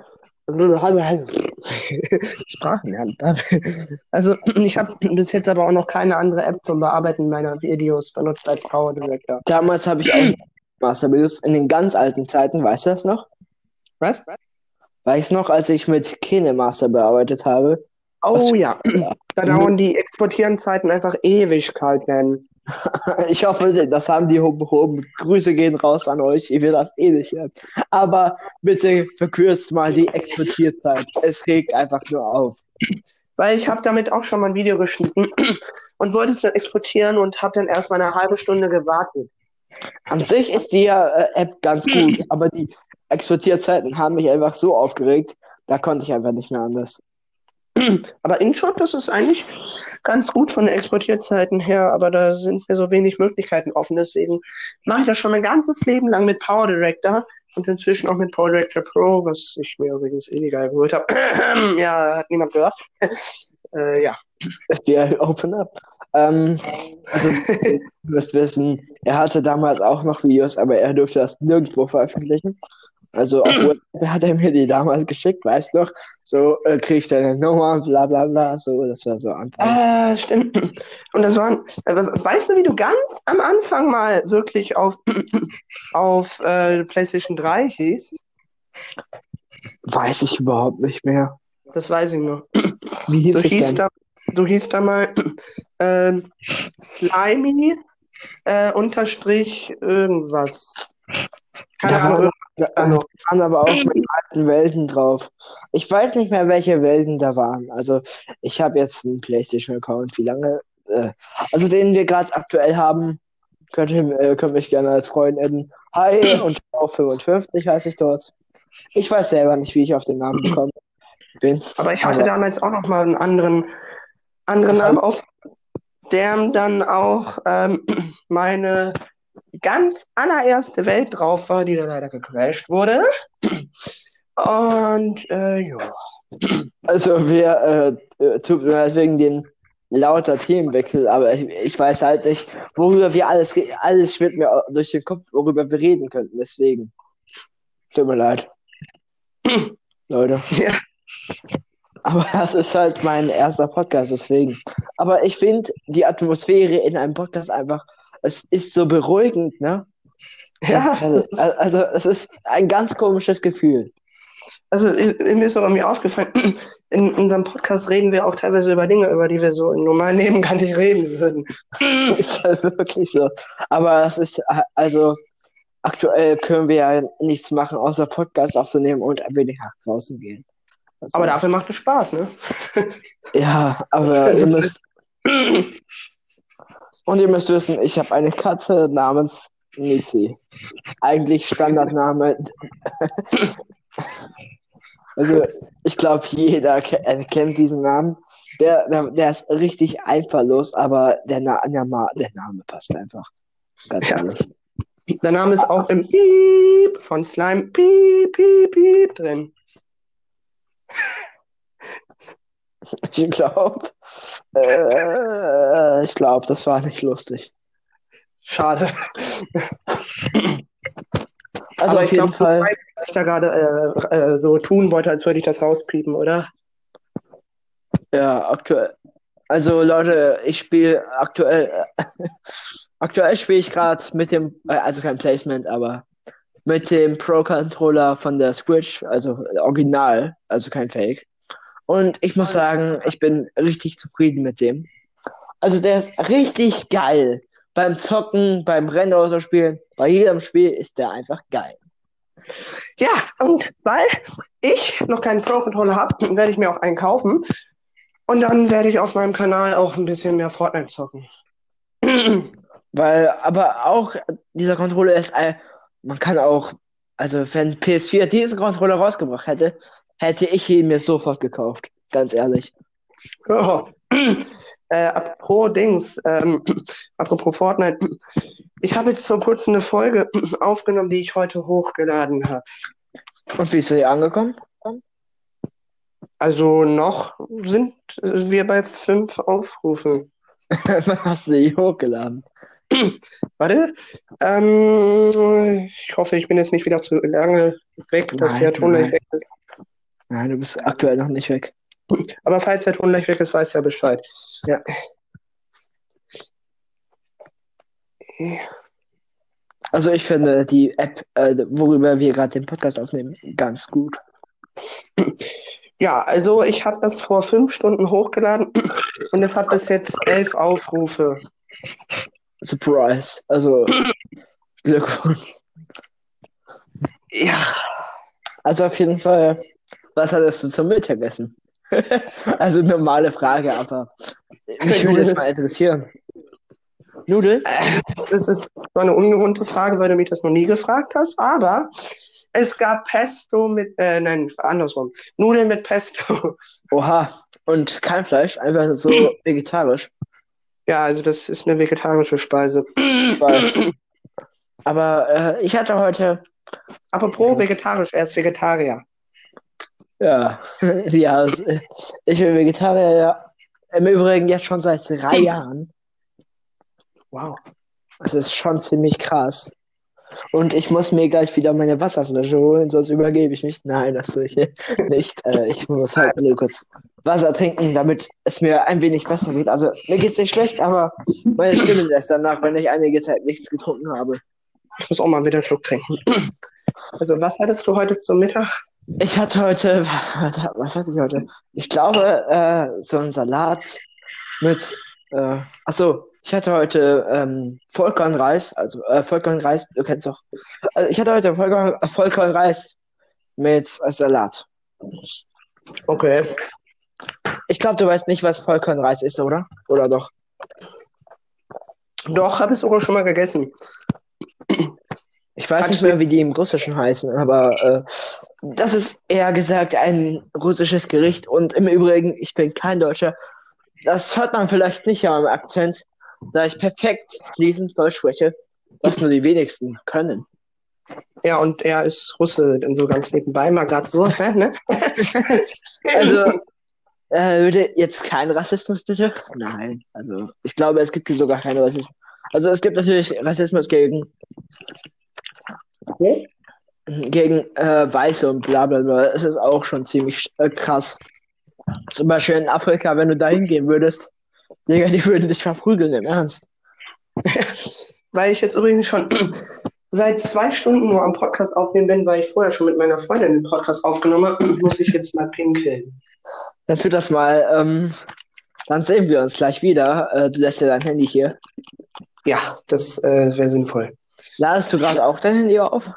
Sprachen lernen. Also, ich habe bis jetzt aber auch noch keine andere App zum Bearbeiten meiner Videos benutzt als Power Director. Damals habe ich auch Master benutzt, in den ganz alten Zeiten, weißt du das noch? Was? Weiß noch, als ich mit KineMaster bearbeitet habe. Oh ja, da dauern die Exportierenzeiten einfach Ewigkeiten. Ich hoffe, das haben die hoben. Grüße gehen raus an euch. Ihr werdet das eh nicht hören. Aber bitte verkürzt mal die Exportierzeit. Es regt einfach nur auf. Weil ich habe damit auch schon mal ein Video geschnitten und wollte es dann exportieren und habe dann erst mal eine halbe Stunde gewartet. An sich ist die äh, App ganz gut, aber die Exportierzeiten haben mich einfach so aufgeregt, da konnte ich einfach nicht mehr anders. Aber InShot, das ist eigentlich ganz gut von den Exportierzeiten her, aber da sind mir so wenig Möglichkeiten offen. Deswegen mache ich das schon mein ganzes Leben lang mit Power Director und inzwischen auch mit Power Director Pro, was ich mir übrigens eh egal geholt habe. Ja, hat niemand gehört. äh, ja. F B I Open Up. Ähm, also, ihr müsst wissen, er hatte damals auch noch Videos, aber er durfte das nirgendwo veröffentlichen. Also auf WhatsApp hat er mir die damals geschickt, weißt du noch? So, äh, krieg ich deine Nummer, bla bla bla, so, das war so anfangs. Ah, stimmt. Und das waren, äh, weißt du, wie du ganz am Anfang mal wirklich auf, auf äh, PlayStation drei hießt? Weiß ich überhaupt nicht mehr. Das weiß ich noch. Wie hieß Du ich hieß denn? da, du hieß da mal äh, Slimy äh, unterstrich irgendwas. Keine Da Ahnung. waren, da, da waren aber auch meine alten Welten drauf. Ich weiß nicht mehr, welche Welten da waren. Also ich habe jetzt einen PlayStation-Account. Wie lange? Äh, also den wir gerade aktuell haben, könnt ihr äh, könnt mich gerne als Freund adden. Hi und auf fünfundfünfzig heiße ich dort. Ich weiß selber nicht, wie ich auf den Namen gekommen bin. Aber ich hatte aber damals auch noch mal einen anderen, anderen Namen auf, der dann auch ähm, meine ganz allererste Welt drauf war, die dann leider gecrashed wurde. Und äh, ja. Also wir äh, äh, tut mir leid wegen den lauter Themenwechsel, aber ich, ich weiß halt nicht, worüber wir alles re- alles schwirrt mir durch den Kopf, worüber wir reden könnten. Deswegen tut mir leid, Leute. Ja. Aber das ist halt mein erster Podcast, deswegen. Aber ich finde die Atmosphäre in einem Podcast einfach, es ist so beruhigend, ne? Ja, Also, das ist, also es ist ein ganz komisches Gefühl. also ich- mir ist auch mir aufgefallen, in unserem Podcast reden wir auch teilweise über Dinge, über die wir so im normalen Leben gar nicht reden würden. Ist halt wirklich so. Aber es ist, äh, also aktuell können wir ja nichts machen, außer Podcast aufzunehmen und ein wenig nach draußen gehen. Also, Aber dafür macht es Spaß, ne? ja, aber ihr Das müsst, und ihr müsst wissen, ich habe eine Katze namens Mizi. Eigentlich Standardname. Also, ich glaube, jeder ke- äh, kennt diesen Namen. Der, der, der ist richtig einfalllos, aber der, Na der, Ma der Name passt einfach. Ganz Ja. ehrlich. Der Name ist auch im Piep von Slime Piep, Piep, Piep drin. Ich glaube, äh, ich glaube, das war nicht lustig. Schade. Also Aber auf ich jeden glaube, Fall. du weißt, was ich da gerade äh, äh, so tun wollte, als würde ich das rauspiepen, oder? Ja, aktuell. Also Leute, ich spiele aktuell, aktuell spiele ich gerade mit dem, äh, also kein Placement, aber mit dem Pro-Controller von der Switch, also original, also kein Fake. Und ich muss sagen, ich bin richtig zufrieden mit dem. Also der ist richtig geil. Beim Zocken, beim Rennauto spielen, bei jedem Spiel ist der einfach geil. Ja, und weil ich noch keinen Pro-Controller habe, werde ich mir auch einen kaufen. Und dann werde ich auf meinem Kanal auch ein bisschen mehr Fortnite zocken. Weil, aber auch dieser Controller ist, ein- man kann auch, also wenn P S vier diesen Controller rausgebracht hätte, hätte ich ihn mir sofort gekauft. Ganz ehrlich. Oh. Äh, apropos Dings, ähm, apropos Fortnite. Ich habe jetzt vor kurzem eine Folge aufgenommen, die ich heute hochgeladen habe. Und wie ist sie angekommen? Also noch sind wir bei fünf Aufrufen. Wann hast du sie hochgeladen? Warte. Ähm, ich hoffe, ich bin jetzt nicht wieder zu lange weg, dass der Nein, Ton gleich nein. weg ist. Nein, du bist aktuell noch nicht weg. Aber falls der Ton gleich weg ist, weiß ja Bescheid. Ja. Also ich finde die App, äh, worüber wir gerade den Podcast aufnehmen, ganz gut. Ja, also ich habe das vor fünf Stunden hochgeladen und es hat bis jetzt elf Aufrufe. Surprise. Also Glückwunsch. Ja. Also auf jeden Fall, was hattest du zum Mittagessen? Also normale Frage, aber mich würde es mal interessieren. Nudeln? Das ist so eine ungewohnte Frage, weil du mich das noch nie gefragt hast, aber es gab Pesto mit, äh, nein, andersrum. Nudeln mit Pesto. Oha. Und kein Fleisch, einfach so vegetarisch. Ja, also das ist eine vegetarische Speise. Ich weiß. Aber äh, ich hatte heute. Apropos vegetarisch, er ist Vegetarier. Ja, ja, es- ich bin Vegetarier, ja. Im Übrigen jetzt schon seit drei Jahren. Wow. Das ist schon ziemlich krass. Und ich muss mir gleich wieder meine Wasserflasche holen, sonst übergebe ich mich. Nein, das will ich nicht. Äh, ich muss halt nur kurz Wasser trinken, damit es mir ein wenig besser geht. Also mir geht's nicht schlecht, aber meine Stimme lässt danach, wenn ich einige Zeit nichts getrunken habe. Ich muss auch mal wieder einen Schluck trinken. Also, was hattest du heute zum Mittag? Ich hatte heute, was hatte ich heute? Ich glaube, äh, so einen Salat mit, äh, achso, ich hatte heute ähm, Vollkornreis, also äh, Vollkornreis, du kennst doch. Also ich hatte heute Vollkorn, äh, Vollkornreis mit äh, Salat. Okay. Ich glaube, du weißt nicht, was Vollkornreis ist, oder? Oder doch? Doch, habe ich sogar schon mal gegessen. Ich weiß Hat nicht mehr, wie die im Russischen heißen, aber äh, das ist eher gesagt ein russisches Gericht. Und im Übrigen, ich bin kein Deutscher. Das hört man vielleicht nicht an meinem Akzent, da ich perfekt fließend Deutsch spreche, was nur die wenigsten können. Ja, und er ist Russe, dann so ganz nebenbei mal gerade so, hä, ne? Also, äh, bitte jetzt kein Rassismus, bitte? Nein, also ich glaube, es gibt hier sogar keinen Rassismus. Also es gibt natürlich Rassismus gegen Okay. gegen äh, Weiße und bla bla bla. Es ist auch schon ziemlich äh, krass. Zum Beispiel in Afrika, wenn du da hingehen würdest, Digga, die würden dich verprügeln, im Ernst. Weil ich jetzt übrigens schon seit zwei Stunden nur am Podcast aufnehmen bin, weil ich vorher schon mit meiner Freundin den Podcast aufgenommen habe, muss ich jetzt mal pinkeln. Dann tu das mal, ähm, dann sehen wir uns gleich wieder. Äh, du lässt ja dein Handy hier. Ja, das äh, wäre sinnvoll. Ladest du gerade auch dein Handy auf?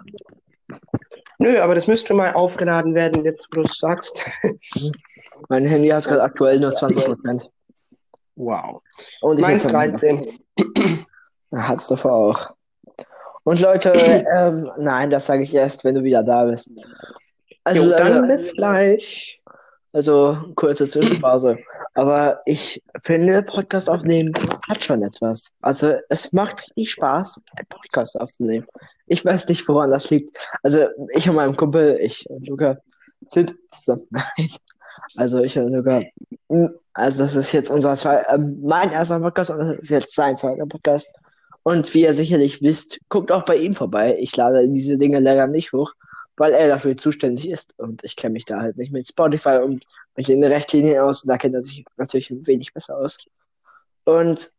Nö, aber das müsste mal aufgeladen werden, jetzt wo du es sagst. Mein Handy hat gerade aktuell nur zwanzig Prozent. Wow. Und ich Meins jetzt dreizehn. hat's davor auch. Und Leute, ähm, nein, das sage ich erst, wenn du wieder da bist. Also, Jo, dann also, bis gleich. also kurze Zwischenpause. Aber ich finde, Podcast aufnehmen hat schon etwas. Also es macht richtig Spaß, einen Podcast aufzunehmen. Ich weiß nicht, woran das liegt. Also ich und mein Kumpel, ich und Luca, sind zusammen. Nein. Also ich und Luca. mm, Also das ist jetzt unser zwei, ähm, mein erster Podcast und das ist jetzt sein zweiter Podcast. Und wie ihr sicherlich wisst, guckt auch bei ihm vorbei. Ich lade diese Dinge leider nicht hoch, weil er dafür zuständig ist. Und ich kenne mich da halt nicht mit Spotify und mit den Richtlinien aus. Da kennt er sich natürlich ein wenig besser aus. Und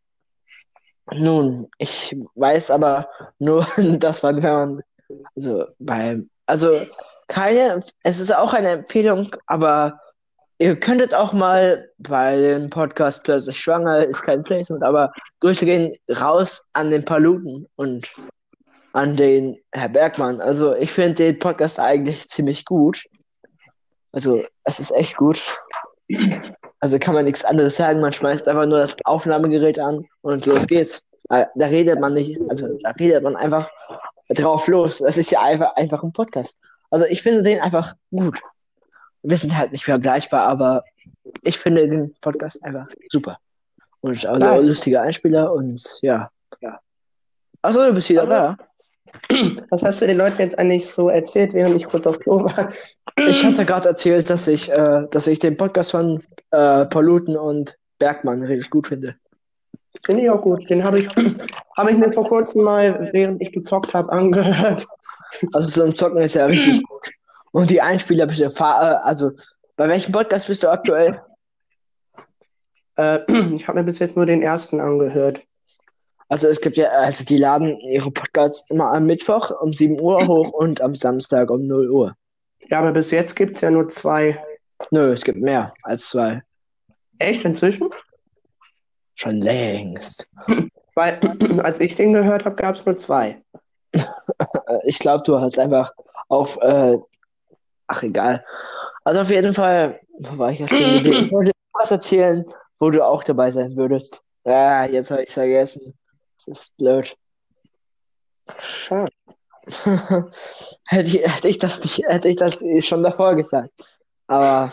nun, ich weiß aber nur, dass man, wenn man, also beim, also keine, es ist auch eine Empfehlung, aber ihr könntet auch mal bei dem Podcast Plötzlich Schwanger, ist kein Placement, aber Grüße gehen raus an den Paluten und an den Herr Bergmann. Also ich finde den Podcast eigentlich ziemlich gut. Also es ist echt gut. Also kann man nichts anderes sagen. Man schmeißt einfach nur das Aufnahmegerät an und los geht's. Äh, Da redet man nicht, also da redet man einfach drauf los. Das ist ja einfach, einfach ein Podcast. Also ich finde den einfach gut. wir sind halt nicht vergleichbar, aber ich finde den Podcast einfach super. Und also Nice. lustiger Einspieler und ja. ja. Achso, du bist wieder da. Was hast du den Leuten jetzt eigentlich so erzählt, während ich kurz auf Klo war? Ich hatte gerade erzählt, dass ich, äh, dass ich den Podcast von äh, Paluten und Bergmann richtig gut finde. Finde ich auch gut. Den habe ich, hab ich mir vor kurzem mal, während ich gezockt habe, angehört. Also so ein Zocken ist ja richtig gut. Und die Einspieler bist du, fahr- äh, also bei welchem Podcast bist du aktuell? Äh, ich habe mir bis jetzt nur den ersten angehört. Also es gibt ja, also die laden ihre Podcasts immer am Mittwoch um sieben Uhr hoch und am Samstag um null Uhr. Ja, aber bis jetzt gibt es ja nur zwei. Nö, es gibt mehr als zwei. Echt inzwischen? Schon längst. Weil, als ich den gehört habe, gab es nur zwei. Äh, Ich glaube, du hast einfach auf, äh, ach egal. Also auf jeden Fall, wo war ich jetzt stehen geblieben? Ich wollte was erzählen, wo du auch dabei sein würdest. Ah, jetzt habe ich vergessen. Das ist blöd. Schade. Hätte ich, hätte ich das nicht, hätte ich das schon davor gesagt. Aber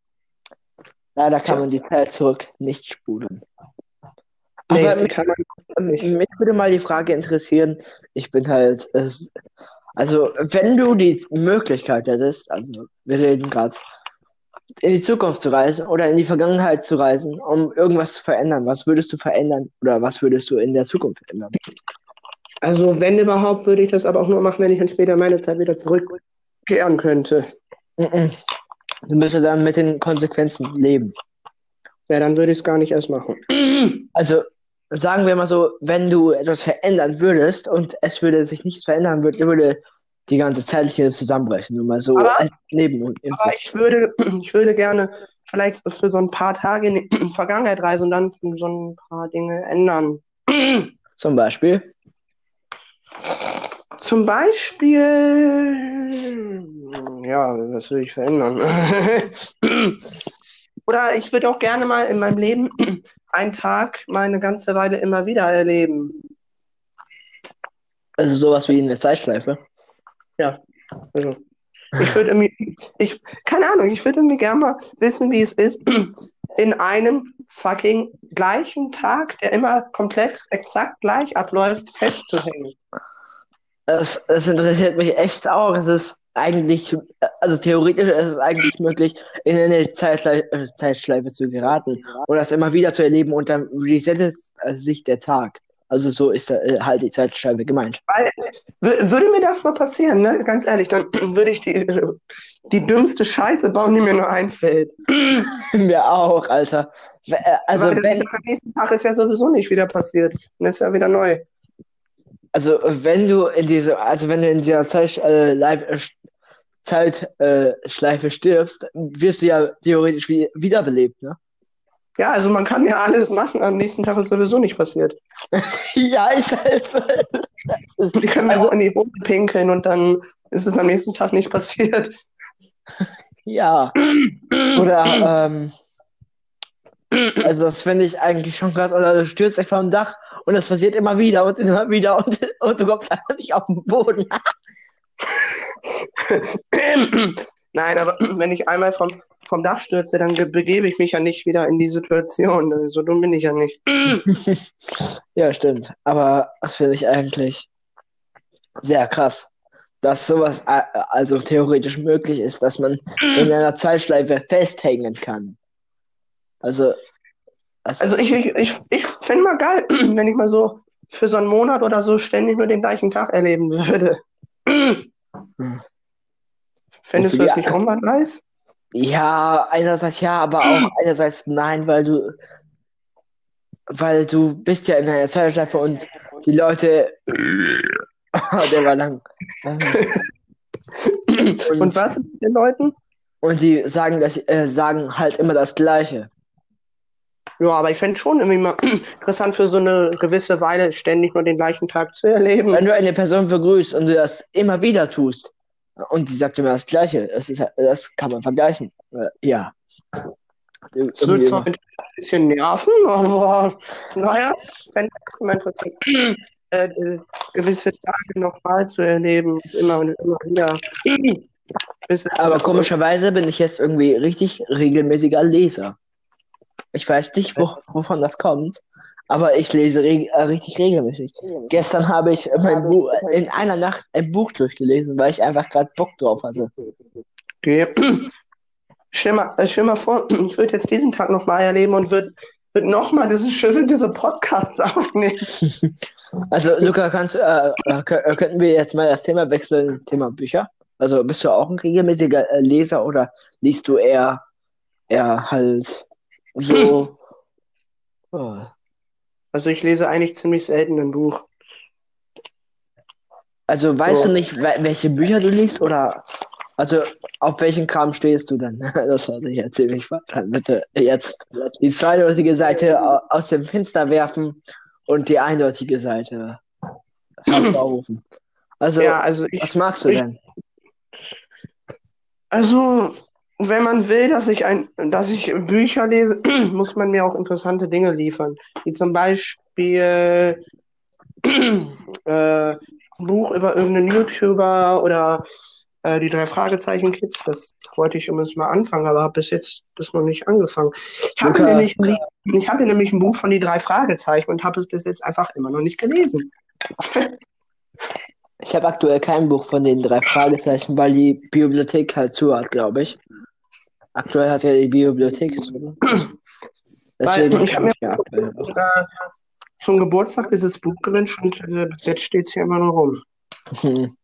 leider kann man die Zeit zurück nicht spulen. Nee, Aber die mich, kann man nicht. mich würde mal die Frage interessieren, ich bin halt, es, also wenn du die Möglichkeit hättest, also wir reden gerade, in die Zukunft zu reisen oder in die Vergangenheit zu reisen, um irgendwas zu verändern, was würdest du verändern oder was würdest du in der Zukunft verändern? Also, wenn überhaupt, würde ich das aber auch nur machen, wenn ich dann später meine Zeit wieder zurückkehren könnte. Mhm. Du müsstest dann mit den Konsequenzen leben. Ja, dann würde ich es gar nicht erst machen. Also sagen wir mal so, wenn du etwas verändern würdest und es würde sich nichts verändern, würde, würde die ganze Zeit hier zusammenbrechen. Nur mal so Aber- als Neben- und Info. Aber ich würde, ich würde gerne vielleicht für so ein paar Tage in die Vergangenheit reisen und dann so ein paar Dinge ändern. Zum Beispiel. Zum Beispiel, ja, was will ich verändern? Oder ich würde auch gerne mal in meinem Leben einen Tag mal eine ganze Weile immer wieder erleben. Also sowas wie eine Zeitschleife. Also, ich würde irgendwie, ich, keine Ahnung, ich würde irgendwie gerne mal wissen, wie es ist, in einem fucking gleichen Tag, der immer komplett exakt gleich abläuft, festzuhängen. Das, das interessiert mich echt auch. Es ist eigentlich, also theoretisch ist es eigentlich möglich, in eine Zeitschleife, äh, Zeitschleife zu geraten und das immer wieder zu erleben und dann resettet sich der Tag. Also so ist äh, halt die Zeitschleife gemeint. Weil, w- würde mir das mal passieren, ne? Ganz ehrlich, dann würde ich die, die dümmste Scheiße bauen, die mir nur einfällt. Mir auch, Alter. W- äh, Also Weil wenn, am nächsten Tag ist ja sowieso nicht wieder passiert. Dann ist ja wieder neu. also wenn du in diese, also wenn du in dieser Zeit, äh, Live, äh, Zeitschleife äh, Schleife stirbst, wirst du ja theoretisch wie, wiederbelebt, ne? Ja, also man kann ja alles machen, am nächsten Tag ist sowieso nicht passiert. Ja, ist halt so. Das ist, Die können mir also, auch in die Hose pinkeln und dann ist es am nächsten Tag nicht passiert. ja. Oder, ähm, also das finde ich eigentlich schon krass. Oder du stürzt dich vom Dach und das passiert immer wieder und immer wieder und, und du kommst einfach nicht auf den Boden. Nein, aber wenn ich einmal vom, vom Dach stürze, dann ge- begebe ich mich ja nicht wieder in die Situation. Also, so dumm bin ich ja nicht. Ja, stimmt. Aber das finde ich eigentlich sehr krass, dass sowas äh, also theoretisch möglich ist, dass man in einer Zeitschleife festhängen kann. Also, das Also ist- ich, ich, ich, ich fände mal geil, wenn ich mal so für so einen Monat oder so ständig nur den gleichen Tag erleben würde. Hm. Fändest du Wofür das die- nicht auch mal nice? Ja, einerseits ja, aber auch einerseits nein, weil du, weil du bist ja in einer Zeitschleife und die Leute, der war lang. Ähm, Und was mit den Leuten? Und die sagen, das, äh, sagen halt immer das Gleiche. Ja, aber ich fände schon irgendwie mal interessant für so eine gewisse Weile ständig nur den gleichen Tag zu erleben. Wenn du eine Person begrüßt und du das immer wieder tust und die sagt immer das Gleiche, das ist, das kann man vergleichen. Äh, ja. Das wird Irgendwie zwar immer. ein bisschen nerven, aber naja, ich fände es immer interessant, äh, äh, gewisse Tage nochmal zu erleben, immer und immer wieder. Bis Aber komischerweise bin ich jetzt irgendwie richtig regelmäßiger Leser. Ich weiß nicht, wo, wovon das kommt, aber ich lese reg äh, richtig regelmäßig. Gestern habe ich mein Buch in einer Nacht ein Buch durchgelesen, weil ich einfach gerade Bock drauf hatte. Okay. Stell mal, äh, stell mal vor, ich würde jetzt diesen Tag nochmal erleben und würde würd nochmal diese schöne, diese Podcasts aufnehmen. Also, Luca, kannst, äh, äh, könnten wir jetzt mal das Thema wechseln, Thema Bücher? Also, bist du auch ein regelmäßiger äh, Leser oder liest du eher, eher halt so? Oh. Also ich lese eigentlich ziemlich selten ein Buch. Also, weißt So. du nicht, wel- welche Bücher du liest oder, also, auf welchen Kram stehst du denn? Das hatte ich jetzt ziemlich verstanden. Bitte jetzt die zweideutige Seite au- aus dem Fenster werfen und die eindeutige Seite hervorrufen. Also, Ja, also ich, was magst du ich, denn? also wenn man will, dass ich ein, dass ich Bücher lese, muss man mir auch interessante Dinge liefern. Wie zum Beispiel äh, ein Buch über irgendeinen YouTuber oder äh, die drei Fragezeichen-Kids. Das wollte ich übrigens mal anfangen, aber habe bis jetzt das noch nicht angefangen. Ich hatte Luca, nämlich, ein Lie- ich hatte nämlich ein Buch von die drei Fragezeichen und habe es bis jetzt einfach immer noch nicht gelesen. ich habe aktuell kein Buch von den drei Fragezeichen, weil die Bibliothek halt zu hat, glaube ich. Aktuell hat ja die Bibliothek zu. Deswegen Weil ich habe habe mir ich mir aktuell auch. äh, zum Geburtstag dieses Buch gewünscht und äh, bis jetzt steht es hier immer noch rum. Hm.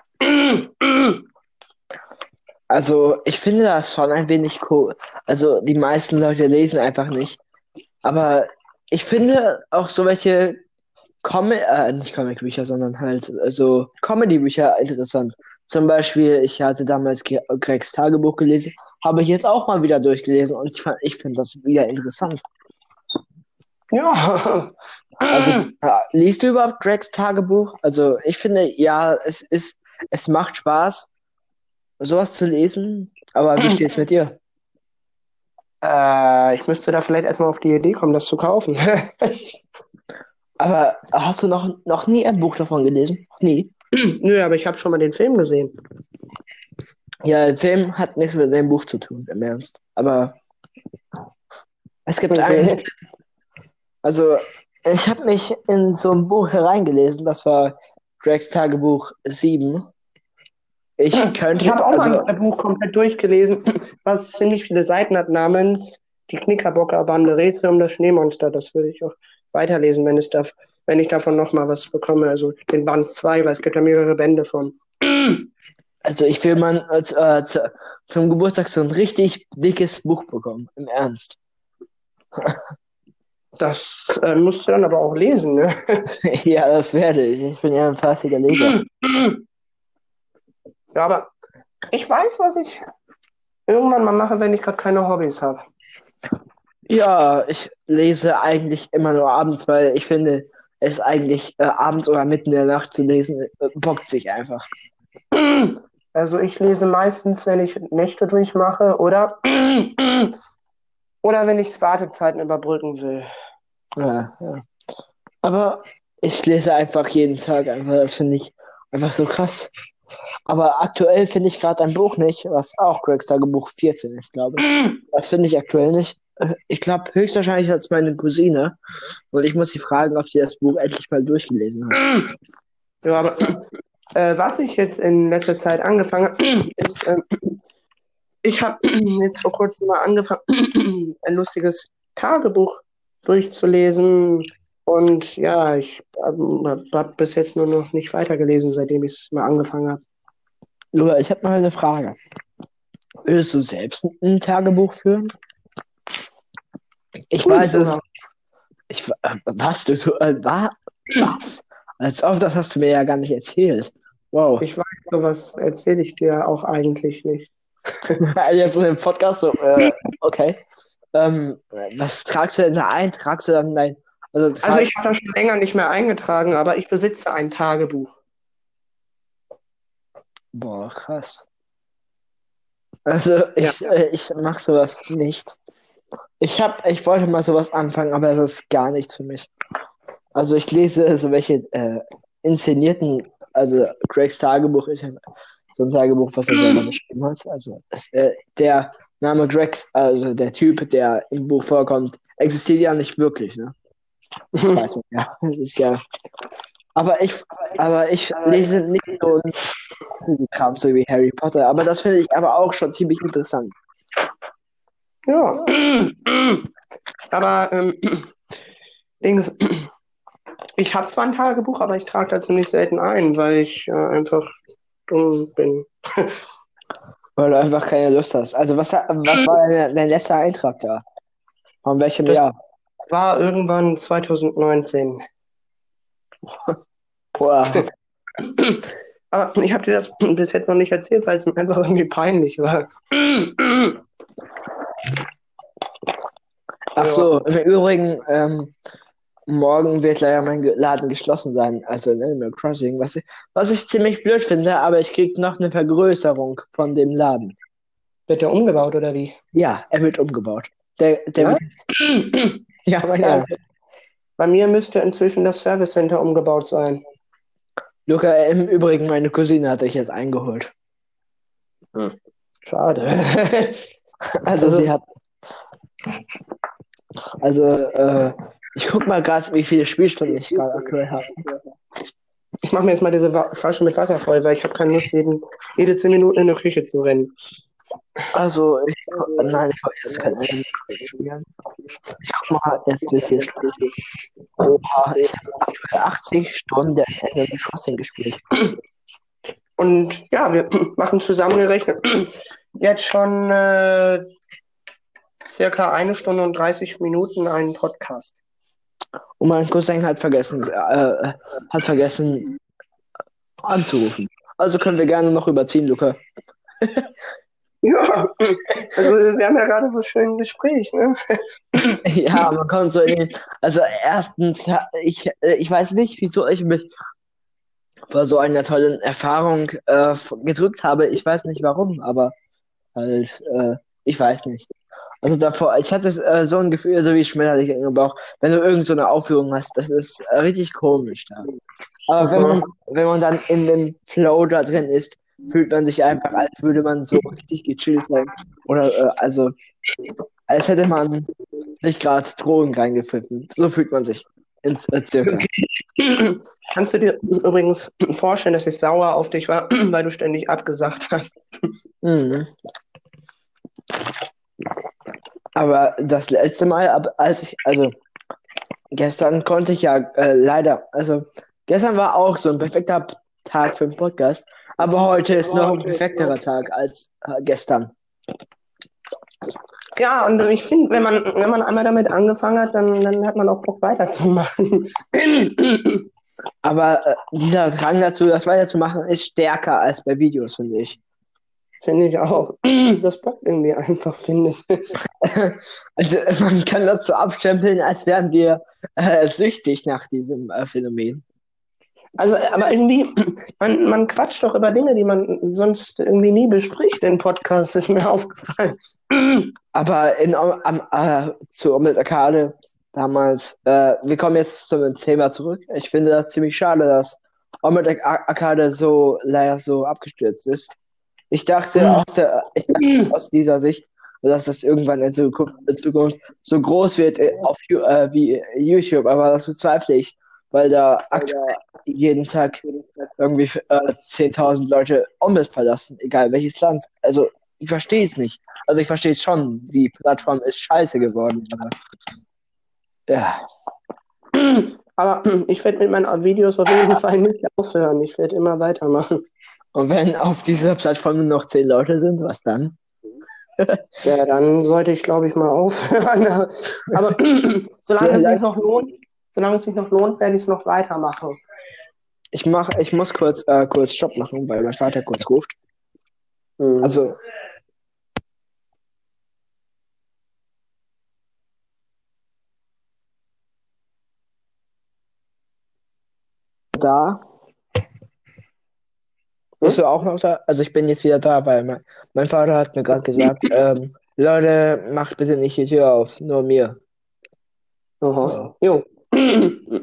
Also, ich finde das schon ein wenig cool. Also, die meisten Leute lesen einfach nicht. Aber ich finde auch so welche Comic, äh, nicht Comicbücher, sondern halt äh, so Comedy-Bücher interessant. Zum Beispiel, ich hatte damals Ge- Gregs Tagebuch gelesen, habe ich jetzt auch mal wieder durchgelesen und ich fand, ich finde das wieder interessant. Ja. Also, äh, liest du überhaupt Gregs Tagebuch? Also, ich finde, ja, es ist, es macht Spaß, sowas zu lesen, aber wie steht's mit dir? Äh, ich müsste da vielleicht erstmal auf die Idee kommen, das zu kaufen. Aber hast du noch, noch nie ein Buch davon gelesen? Noch nie? Nö, aber ich habe schon mal den Film gesehen. Ja, der Film hat nichts mit dem Buch zu tun, im Ernst. Aber es gibt Okay. einen, also ich habe mich in so ein Buch hereingelesen, das war Gregs Tagebuch sieben. Ich Ich könnte, habe auch also, mal ein Buch komplett durchgelesen, was ziemlich viele Seiten hat, namens Die Knickerbocker Bande Rätsel um das Schneemonster. Das würde ich auch weiterlesen, wenn es darf, wenn ich davon nochmal was bekomme. Also den Band zwei, weil es gibt ja mehrere Bände von. also ich will man als, äh, zu, zum Geburtstag so ein richtig dickes Buch bekommen, im Ernst. Das äh, musst du dann aber auch lesen, ne? Ja, das werde ich. Ich bin ja ein fleißiger Leser. Ja, aber ich weiß, was ich irgendwann mal mache, wenn ich gerade keine Hobbys habe. Ja, ich lese eigentlich immer nur abends, weil ich finde, es eigentlich äh, abends oder mitten in der Nacht zu lesen, äh, bockt sich einfach. Also ich lese meistens, wenn ich Nächte durchmache oder, oder wenn ich Wartezeiten überbrücken will. Ja, ja. Aber ich lese einfach jeden Tag einfach, das finde ich einfach so krass. Aber aktuell finde ich gerade ein Buch nicht, was auch Gregs Tagebuch vierzehn ist, glaube ich. Das finde ich aktuell nicht. Äh, Ich glaube, höchstwahrscheinlich hat es meine Cousine. Und ich muss sie fragen, ob sie das Buch endlich mal durchgelesen hat. Ja, aber äh, was ich jetzt in letzter Zeit angefangen habe, ist, äh, ich habe jetzt vor kurzem mal angefangen, ein lustiges Tagebuch durchzulesen. Und ja, ich ähm, habe bis jetzt nur noch nicht weitergelesen, seitdem ich es mal angefangen habe. Luca, ich habe mal eine Frage. Würdest du selbst ein ein Tagebuch führen? Ich Tu ich weiß es. sogar. Ich, äh, was? Du, du, äh, wa- was? Als ob, das hast du mir ja gar nicht erzählt. Wow. Ich weiß, sowas erzähle ich dir auch eigentlich nicht. Jetzt in dem Podcast so, äh, okay. Ähm, was tragst du denn da ein? Tragst du dann dein, also Also trag, ich habe das schon länger nicht mehr eingetragen, aber ich besitze ein Tagebuch. boah, krass. Also Ja. ich, äh, ich mach sowas nicht. Ich hab, ich wollte mal sowas anfangen, aber das ist gar nichts für mich. Also ich lese so welche äh, inszenierten, also Gregs Tagebuch ist ja so ein Tagebuch, was er selber geschrieben hat. Also das, äh, der Name Greg, also der Typ, der im Buch vorkommt, existiert ja nicht wirklich, ne? Das weiß man ja. Das ist ja. Aber ich, aber ich lese nicht so diesen Kram so wie Harry Potter. Aber das finde ich aber auch schon ziemlich interessant. Ja. Aber ähm, Dings, ich habe zwar ein Tagebuch, aber ich trage da ziemlich selten ein, weil ich äh, einfach dumm bin. Weil du einfach keine Lust hast. Also was, was war dein, dein letzter Eintrag da? Von welchem Das Jahr? war irgendwann zwanzig neunzehn. Boah. Aber ich habe dir das bis jetzt noch nicht erzählt, weil es mir einfach irgendwie peinlich war. Ach so, im Übrigen, ähm, morgen wird leider mein Ge- Laden geschlossen sein, also in Animal Crossing, was ich, was ich ziemlich blöd finde, aber ich krieg noch eine Vergrößerung von dem Laden. Wird der umgebaut oder wie? Ja, er wird umgebaut. Der, der Ja? wird, ja, mein Ja, Ernst. also bei mir müsste inzwischen das Service Center umgebaut sein. Luca, im Übrigen, meine Cousine hat dich jetzt eingeholt. Schade. Also sie hat, also, äh, ich guck mal gerade, wie viele Spielstunden ich gerade aktuell habe. Ich mache mir jetzt mal diese Wa- Flasche mit Wasser voll, weil ich habe keine Lust, jeden, jede zehn Minuten in der Küche zu rennen. Also, ich, gu- nein, ich wollte jetzt kein Animal Crossing spielen. Ich guck mal jetzt, wie viel Stunden. Oha, ich habe aktuell achtzig Stunden Animal Crossing gespielt. Und ja, wir machen zusammengerechnet jetzt schon äh, circa eine Stunde und dreißig Minuten einen Podcast. Und mein Cousin hat vergessen, äh, hat vergessen anzurufen. Also können wir gerne noch überziehen, Luca. Ja, also wir haben ja gerade so schön ein Gespräch, ne? Ja, man kommt so in den, also erstens, ja, ich, äh, ich weiß nicht, wieso ich mich vor so einer tollen Erfahrung äh, gedrückt habe. Ich weiß nicht warum, aber halt, äh, ich weiß nicht. Also davor, ich hatte äh, so ein Gefühl, so wie schmetterlich im Bauch, wenn du irgend so eine Aufführung hast, das ist äh, richtig komisch da. Aber wenn man, wenn man dann in dem Flow da drin ist, fühlt man sich einfach, als würde man so richtig gechillt sein. Oder äh, also, als hätte man sich gerade Drogen reingepfiffen. So fühlt man sich ins äh, circa. Kannst du dir übrigens vorstellen, dass ich sauer auf dich war, weil du ständig abgesagt hast? Mhm. Aber das letzte Mal, ab- als ich, also gestern konnte ich ja äh, leider, also gestern war auch so ein perfekter Tag für einen Podcast, aber heute ist noch ein perfekterer Tag als äh, gestern. Ja, und ich finde, wenn man, wenn man einmal damit angefangen hat, dann, dann hat man auch Bock weiterzumachen. Aber äh, dieser Drang dazu, das weiterzumachen, ist stärker als bei Videos, finde ich. Finde ich auch. Das bockt irgendwie einfach, finde ich. Also man kann das so abstempeln, als wären wir äh, süchtig nach diesem äh, Phänomen. Also, aber irgendwie, man, man quatscht doch über Dinge, die man sonst irgendwie nie bespricht in Podcasts, ist mir aufgefallen. Aber in, am, äh, zu Omelette Arcade damals, äh, wir kommen jetzt zum Thema zurück. Ich finde das ziemlich schade, dass Omelette Arcade so leider so abgestürzt ist. Ich dachte, aus der, ich dachte aus dieser Sicht, dass das irgendwann in Zukunft, in Zukunft so groß wird äh, auf, Ju- äh, wie YouTube, aber das bezweifle ich, weil da aktuell jeden Tag irgendwie äh, zehntausend Leute Omelette verlassen, egal welches Land. Also ich verstehe es nicht. Also ich verstehe es schon, die Plattform ist scheiße geworden, aber ja. Aber ich werde mit meinen Videos auf jeden Fall nicht aufhören. Ich werde immer weitermachen. Und wenn auf dieser Plattform nur noch zehn Leute sind, was dann? Ja, dann sollte ich, glaube ich, mal aufhören. Aber solange es sich noch lohnt, solange es sich noch lohnt, werde ich es noch weitermachen. Ich mach, ich muss kurz, äh, kurz Stopp machen, weil mein Vater kurz ruft. Mhm. Also. Da. Bist du auch noch da? Also ich bin jetzt wieder da, weil mein, mein Vater hat mir gerade gesagt, ähm, Leute, macht bitte nicht die Tür auf, nur mir. Aha. Jo.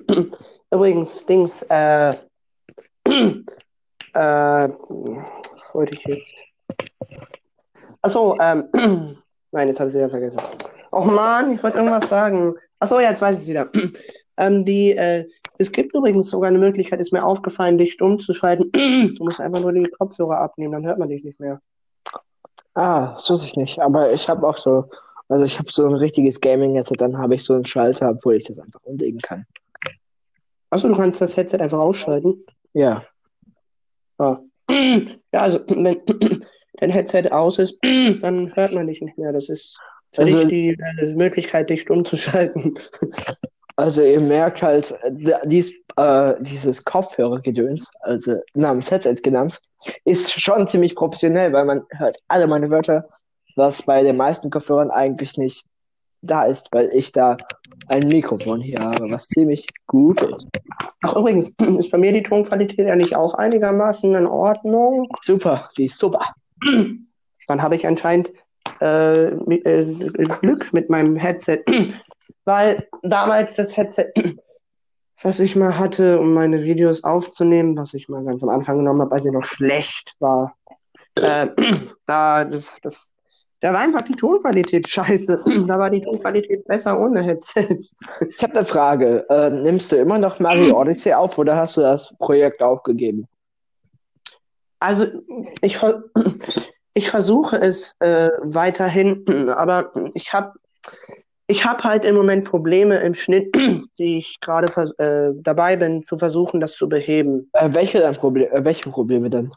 Übrigens, Dings, äh, äh, wollte ich jetzt? Achso, ähm, nein, jetzt habe ich es wieder vergessen. Och man, ich wollte irgendwas sagen. Achso, ja, jetzt weiß ich es wieder. ähm, die, äh, es gibt übrigens sogar eine Möglichkeit, ist mir aufgefallen, dich stumm zu schalten. Du musst einfach nur die Kopfhörer abnehmen, dann hört man dich nicht mehr. Ah, das wusste ich nicht. Aber ich habe auch so, also ich habe so ein richtiges Gaming-Headset, dann habe ich so einen Schalter, obwohl ich das einfach umlegen kann. Achso, du kannst das Headset einfach ausschalten? Ja. Ah. Ja, also, wenn dein Headset aus ist, dann hört man dich nicht mehr. Das ist für Also, dich die äh, Möglichkeit, dich stumm zu schalten. also ihr merkt halt, äh, dies, äh, dieses Kopfhörergedöns, also namens Headset genannt, ist schon ziemlich professionell, weil man hört alle meine Wörter, was bei den meisten Kopfhörern eigentlich nicht da ist, weil ich da ein Mikrofon hier habe, was ziemlich gut ist. Ach, übrigens, ist bei mir die Tonqualität eigentlich auch einigermaßen in Ordnung? Super, die ist super. Dann habe ich anscheinend äh, äh, Glück mit meinem Headset, weil damals das Headset, was ich mal hatte, um meine Videos aufzunehmen, was ich mal ganz am Anfang genommen habe, als ich noch schlecht war, äh, da, das, das, da war einfach die Tonqualität scheiße. Da war die Tonqualität besser ohne Headset. Ich habe eine Frage. Äh, nimmst du immer noch Mario Odyssey auf oder hast du das Projekt aufgegeben? Also ich, ver ich versuche es äh, weiterhin, aber ich habe ich hab halt im Moment Probleme im Schnitt, die ich gerade äh, dabei bin, zu versuchen, das zu beheben. Äh, welche dann Problem, äh, welche Probleme dann?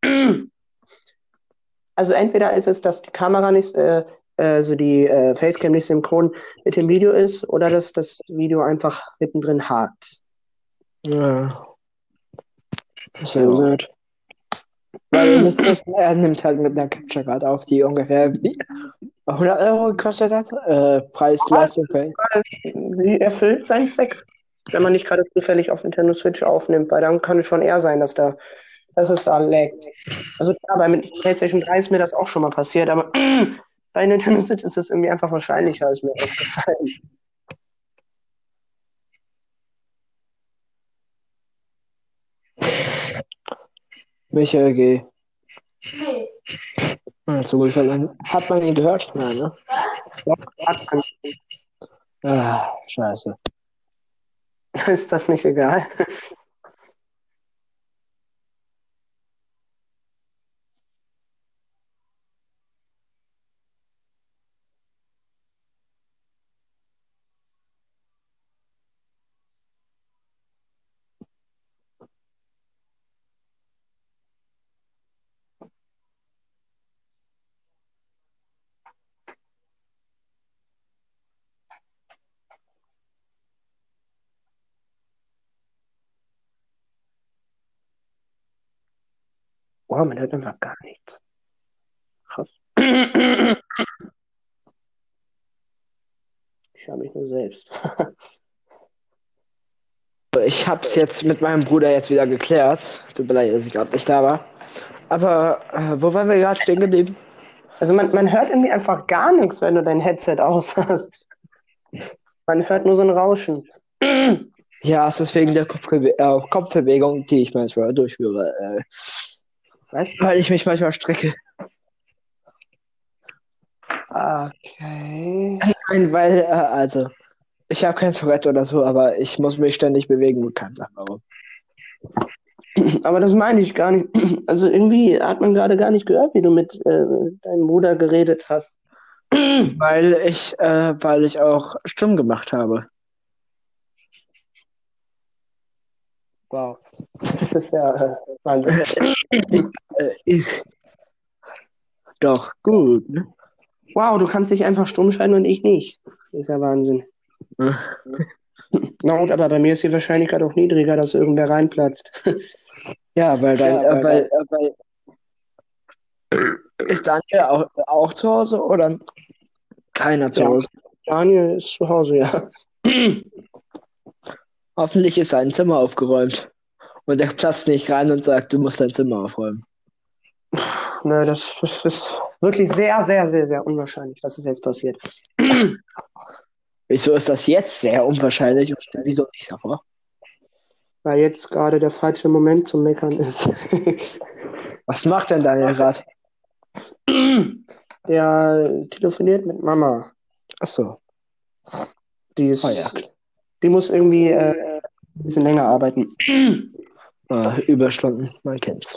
Also entweder ist es, dass die Kamera nicht, äh, also die äh, Facecam nicht synchron mit dem Video ist, oder dass das Video einfach mittendrin hakt. Ja. Sehr blöd. Weil ihr müsst wissen, er nimmt halt mit einer Capture Card auf, die ungefähr wie hundert Euro gekostet hat. Äh, Preis-Leistung. Sie erfüllt seinen Zweck, wenn man nicht gerade zufällig auf Nintendo Switch aufnimmt, weil dann kann es schon eher sein, dass da, dass es da laggt. Also klar, bei PlayStation drei ist mir das auch schon mal passiert, aber bei Nintendo Switch ist es irgendwie einfach wahrscheinlicher, ist mir aufgefallen. Michael G. Ja, so gut, hat man, hat man ihn gehört? Nein, ne? Doch, hat man. Ah, scheiße. Ist das nicht egal? Wow, man hört einfach gar nichts. Krass. Ich habe mich nur selbst. Ich hab's jetzt mit meinem Bruder jetzt wieder geklärt. Tut mir leid, dass ich gerade nicht da war. Aber äh, wo waren wir gerade stehen geblieben? Also man, man hört irgendwie einfach gar nichts, wenn du dein Headset aus hast. Man hört nur so ein Rauschen. Ja, es ist wegen der Kopfbewe äh, Kopfbewegung, die ich manchmal durchführe. Äh, Was? weil ich mich manchmal strecke. Okay. Nein, weil, äh, also, ich habe kein Tourette oder so, aber ich muss mich ständig bewegen und kann sagen, warum. Aber das meine ich gar nicht. Also irgendwie hat man gerade gar nicht gehört, wie du mit äh, deinem Bruder geredet hast. Weil ich, äh, weil ich auch stumm gemacht habe. Wow. Das ist ja äh, Wahnsinn. äh, ist doch gut, ne? Wow, du kannst dich einfach stumm schalten und ich nicht. Das ist ja Wahnsinn. Na gut, aber bei mir ist die Wahrscheinlichkeit auch niedriger, dass irgendwer reinplatzt. Ja, weil dann, Ja, äh, weil, äh, weil ist Daniel auch, auch zu Hause oder keiner zu Ja. Hause? Daniel ist zu Hause, ja. Hoffentlich ist sein Zimmer aufgeräumt. Und er platzt nicht rein und sagt, du musst dein Zimmer aufräumen. Nö, das, das ist wirklich sehr, sehr, sehr, sehr unwahrscheinlich, dass es jetzt passiert. Wieso ist das jetzt sehr unwahrscheinlich und wieso nicht davor? weil jetzt gerade der falsche Moment zum Meckern ist. Was macht denn Daniel gerade? Der telefoniert mit Mama. Achso, Die oh ja. ist, die muss irgendwie äh, ein bisschen länger arbeiten. Äh, Überstunden, man kennt's.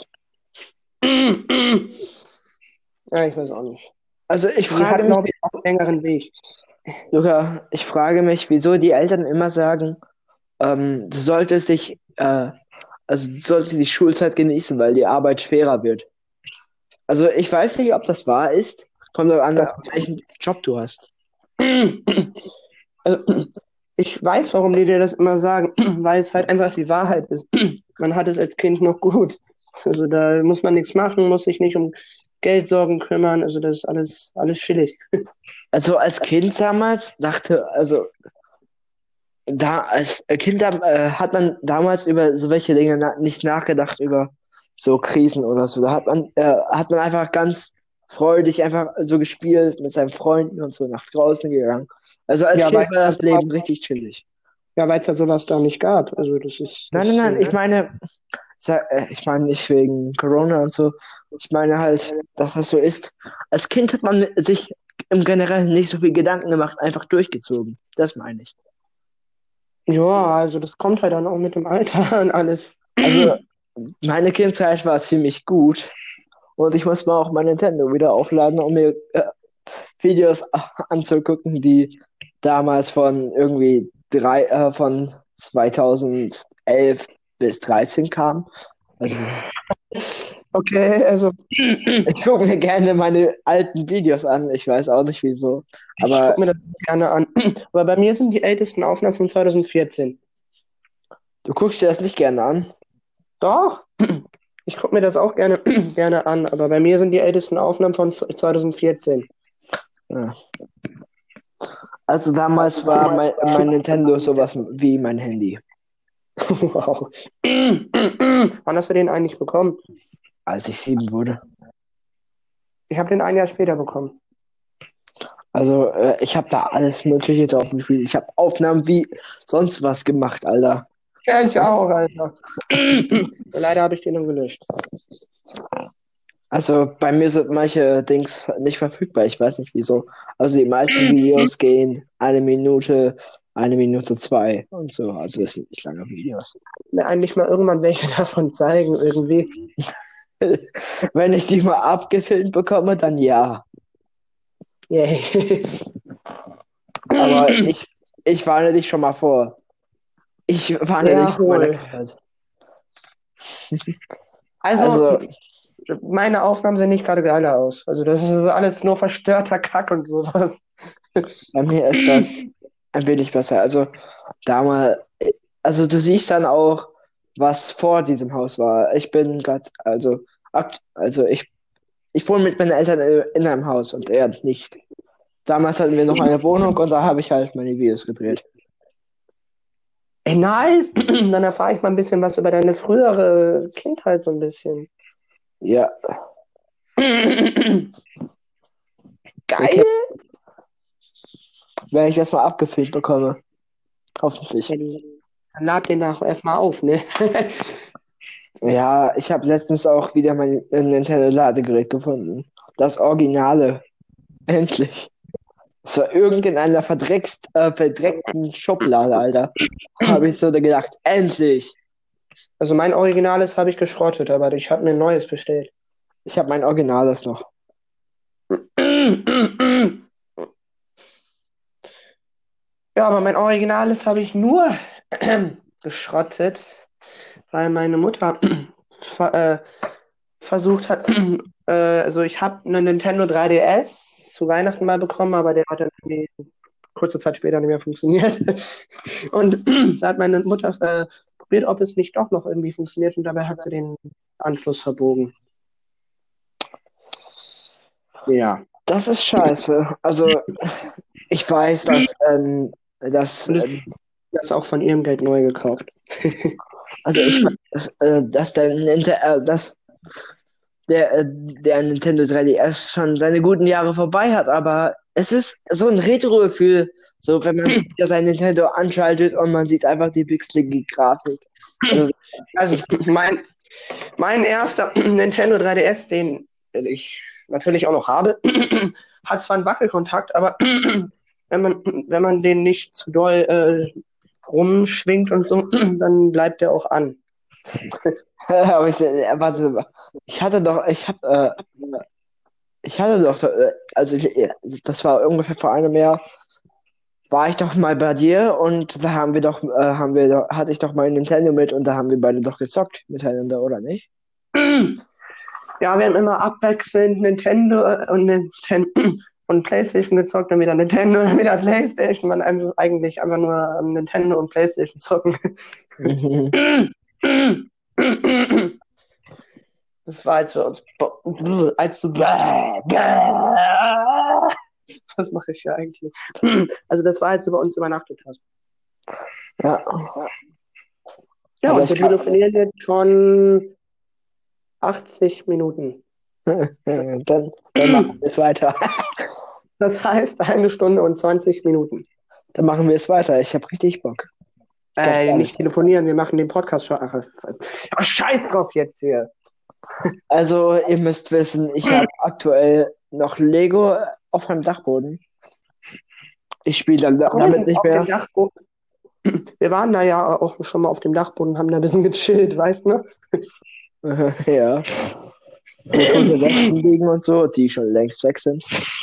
Ja, ich weiß auch nicht. Also ich Die frage hat, mich, glaube ich, auch einen längeren Weg. Luca, ich frage mich, wieso die Eltern immer sagen, ähm, du solltest dich, äh, also du solltest die Schulzeit genießen, weil die Arbeit schwerer wird. Also ich weiß nicht, ob das wahr ist. Kommt doch an, Das, welchen Job du hast. also, ich weiß, warum die dir das immer sagen, weil es halt einfach die Wahrheit ist. Man hat es als Kind noch gut. Also da muss man nichts machen, muss sich nicht um Geldsorgen kümmern. Also das ist alles, alles chillig. Also als Kind damals dachte, also da als Kind äh, hat man damals über so welche Dinge na nicht nachgedacht, über so Krisen oder so. Da hat man, äh, hat man einfach ganz freudig einfach so gespielt mit seinen Freunden und so nach draußen gegangen. Also als Ja, weil Kind war das Leben richtig chillig. ja, weil es ja sowas da nicht gab. Also das ist Nein, nein, das. nein, Äh, ich meine, sa- äh, ich meine nicht wegen Corona und so. Ich meine halt, dass das so ist. Als Kind hat man sich im Generellen nicht so viel Gedanken gemacht, einfach durchgezogen. Das meine ich. ja, also das kommt halt dann auch mit dem Alter an alles. Also meine Kindheit war ziemlich gut und ich muss mal auch mein Nintendo wieder aufladen, um mir äh, Videos a- anzugucken, die damals von irgendwie drei, äh, von zweitausendelf bis dreizehn kamen. Also Okay, also ich gucke mir gerne meine alten Videos an. Ich weiß auch nicht wieso. ich Aber gucke mir das gerne an. Aber bei mir sind die ältesten Aufnahmen von zwanzig vierzehn. du guckst dir das nicht gerne an. Doch, ich gucke mir das auch gerne, gerne an, aber bei mir sind die ältesten Aufnahmen von zwanzig vierzehn. Ja. Also damals war mein, mein Nintendo sowas wie mein Handy. Wow. Wann hast du den eigentlich bekommen? Als ich sieben wurde. Ich habe den ein Jahr später bekommen. Also, äh, ich habe da alles Mögliche drauf gespielt. Ich habe Aufnahmen wie sonst was gemacht, Alter. Ja, ich auch, Alter. Leider habe ich den dann gelöscht. Also, bei mir sind manche Dings nicht verfügbar. Ich weiß nicht wieso. Also, die meisten Videos gehen eine Minute, eine Minute zwei und so. Also, das sind nicht lange Videos. Mir eigentlich mal irgendwann welche davon zeigen, irgendwie. Wenn ich die mal abgefilmt bekomme, dann ja. Yay. Aber ich, ich warne dich schon mal vor. Ich warne Ja, dich vor meiner wohl. Kindheit. Also, Also, meine Aufnahmen sehen nicht gerade geiler aus. Also, das ist alles nur verstörter Kack und sowas. bei mir ist das ein wenig besser. Also, damals, also du siehst dann auch, was vor diesem Haus war. Ich bin gerade, also, akt, also ich, ich wohne mit meinen Eltern in in einem Haus und er nicht. Damals hatten wir noch eine Wohnung und da habe ich halt meine Videos gedreht. Ey, nice. Dann erfahre ich mal ein bisschen was über deine frühere Kindheit so ein bisschen. Ja, Geil. okay, wenn ich das mal abgefilmt bekomme. Hoffentlich. Dann lad den auch erstmal auf, ne? Ja, ich habe letztens auch wieder mein äh, Nintendo-Ladegerät gefunden. Das Originale. Endlich. Es war irgend in einer verdreckst, äh, verdreckten Schublade, Alter. Habe ich so gedacht, endlich. Also mein Originales habe ich geschrottet, aber ich habe mir ein neues bestellt. Ich habe mein Originales noch. Ja, aber mein Originales habe ich nur geschrottet, weil meine Mutter ver äh, versucht hat, äh, also ich habe einen Nintendo drei D S zu Weihnachten mal bekommen, aber der hat dann irgendwie kurze Zeit später nicht mehr funktioniert. Und da hat meine Mutter äh, probiert, ob es nicht doch noch irgendwie funktioniert und dabei hat sie den Anschluss verbogen. Ja. Das ist scheiße. Also, ich weiß, dass, ähm, dass, Und das, ähm, das auch von ihrem Geld neu gekauft. also ich weiß, dass, äh, dass der, Ninte- äh, dass der, äh, der Nintendo drei D S schon seine guten Jahre vorbei hat, aber es ist so ein Retro-Gefühl, So, wenn man wieder sein Nintendo anschaltet und man sieht einfach die pixelige Grafik. Also, Also mein, mein erster Nintendo drei D S, den ich natürlich auch noch habe, hat zwar einen Wackelkontakt, aber wenn man, wenn man den nicht zu doll äh, rumschwingt und so, dann bleibt der auch an. aber ich, äh, warte, ich hatte doch, ich hab, äh, ich hatte doch, äh, also ich, äh, das war ungefähr vor einem Jahr, war ich doch mal bei dir und da haben wir doch, äh, haben wir doch, hatte ich doch mein Nintendo mit und da haben wir beide doch gezockt miteinander, oder nicht? Ja, wir haben immer abwechselnd Nintendo äh, und Nintendo und PlayStation gezockt, dann wieder Nintendo und wieder PlayStation. Man einfach, eigentlich einfach nur ähm, Nintendo und PlayStation zocken. Mhm. Das war als wir uns, als du, was mache ich hier eigentlich? Also das war, als du bei uns übernachtet hast. Ja, Ja, aber und ich wir kann, telefonieren jetzt schon achtzig Minuten. dann, dann machen wir es weiter. Das heißt eine Stunde und zwanzig Minuten. Dann machen wir es weiter. Ich habe richtig Bock. Ganz Äh, ehrlich. nicht telefonieren, wir machen den Podcast schon. Ach, ach, scheiß drauf jetzt hier. Also, ihr müsst wissen, ich habe aktuell noch Lego auf meinem Dachboden. Ich spiele dann da- damit nicht Auf dem mehr. Dachboden. Wir waren da ja auch schon mal auf dem Dachboden und haben da ein bisschen gechillt, weißt du? Ja. Wo tote Wespen liegen und so, die schon längst weg sind.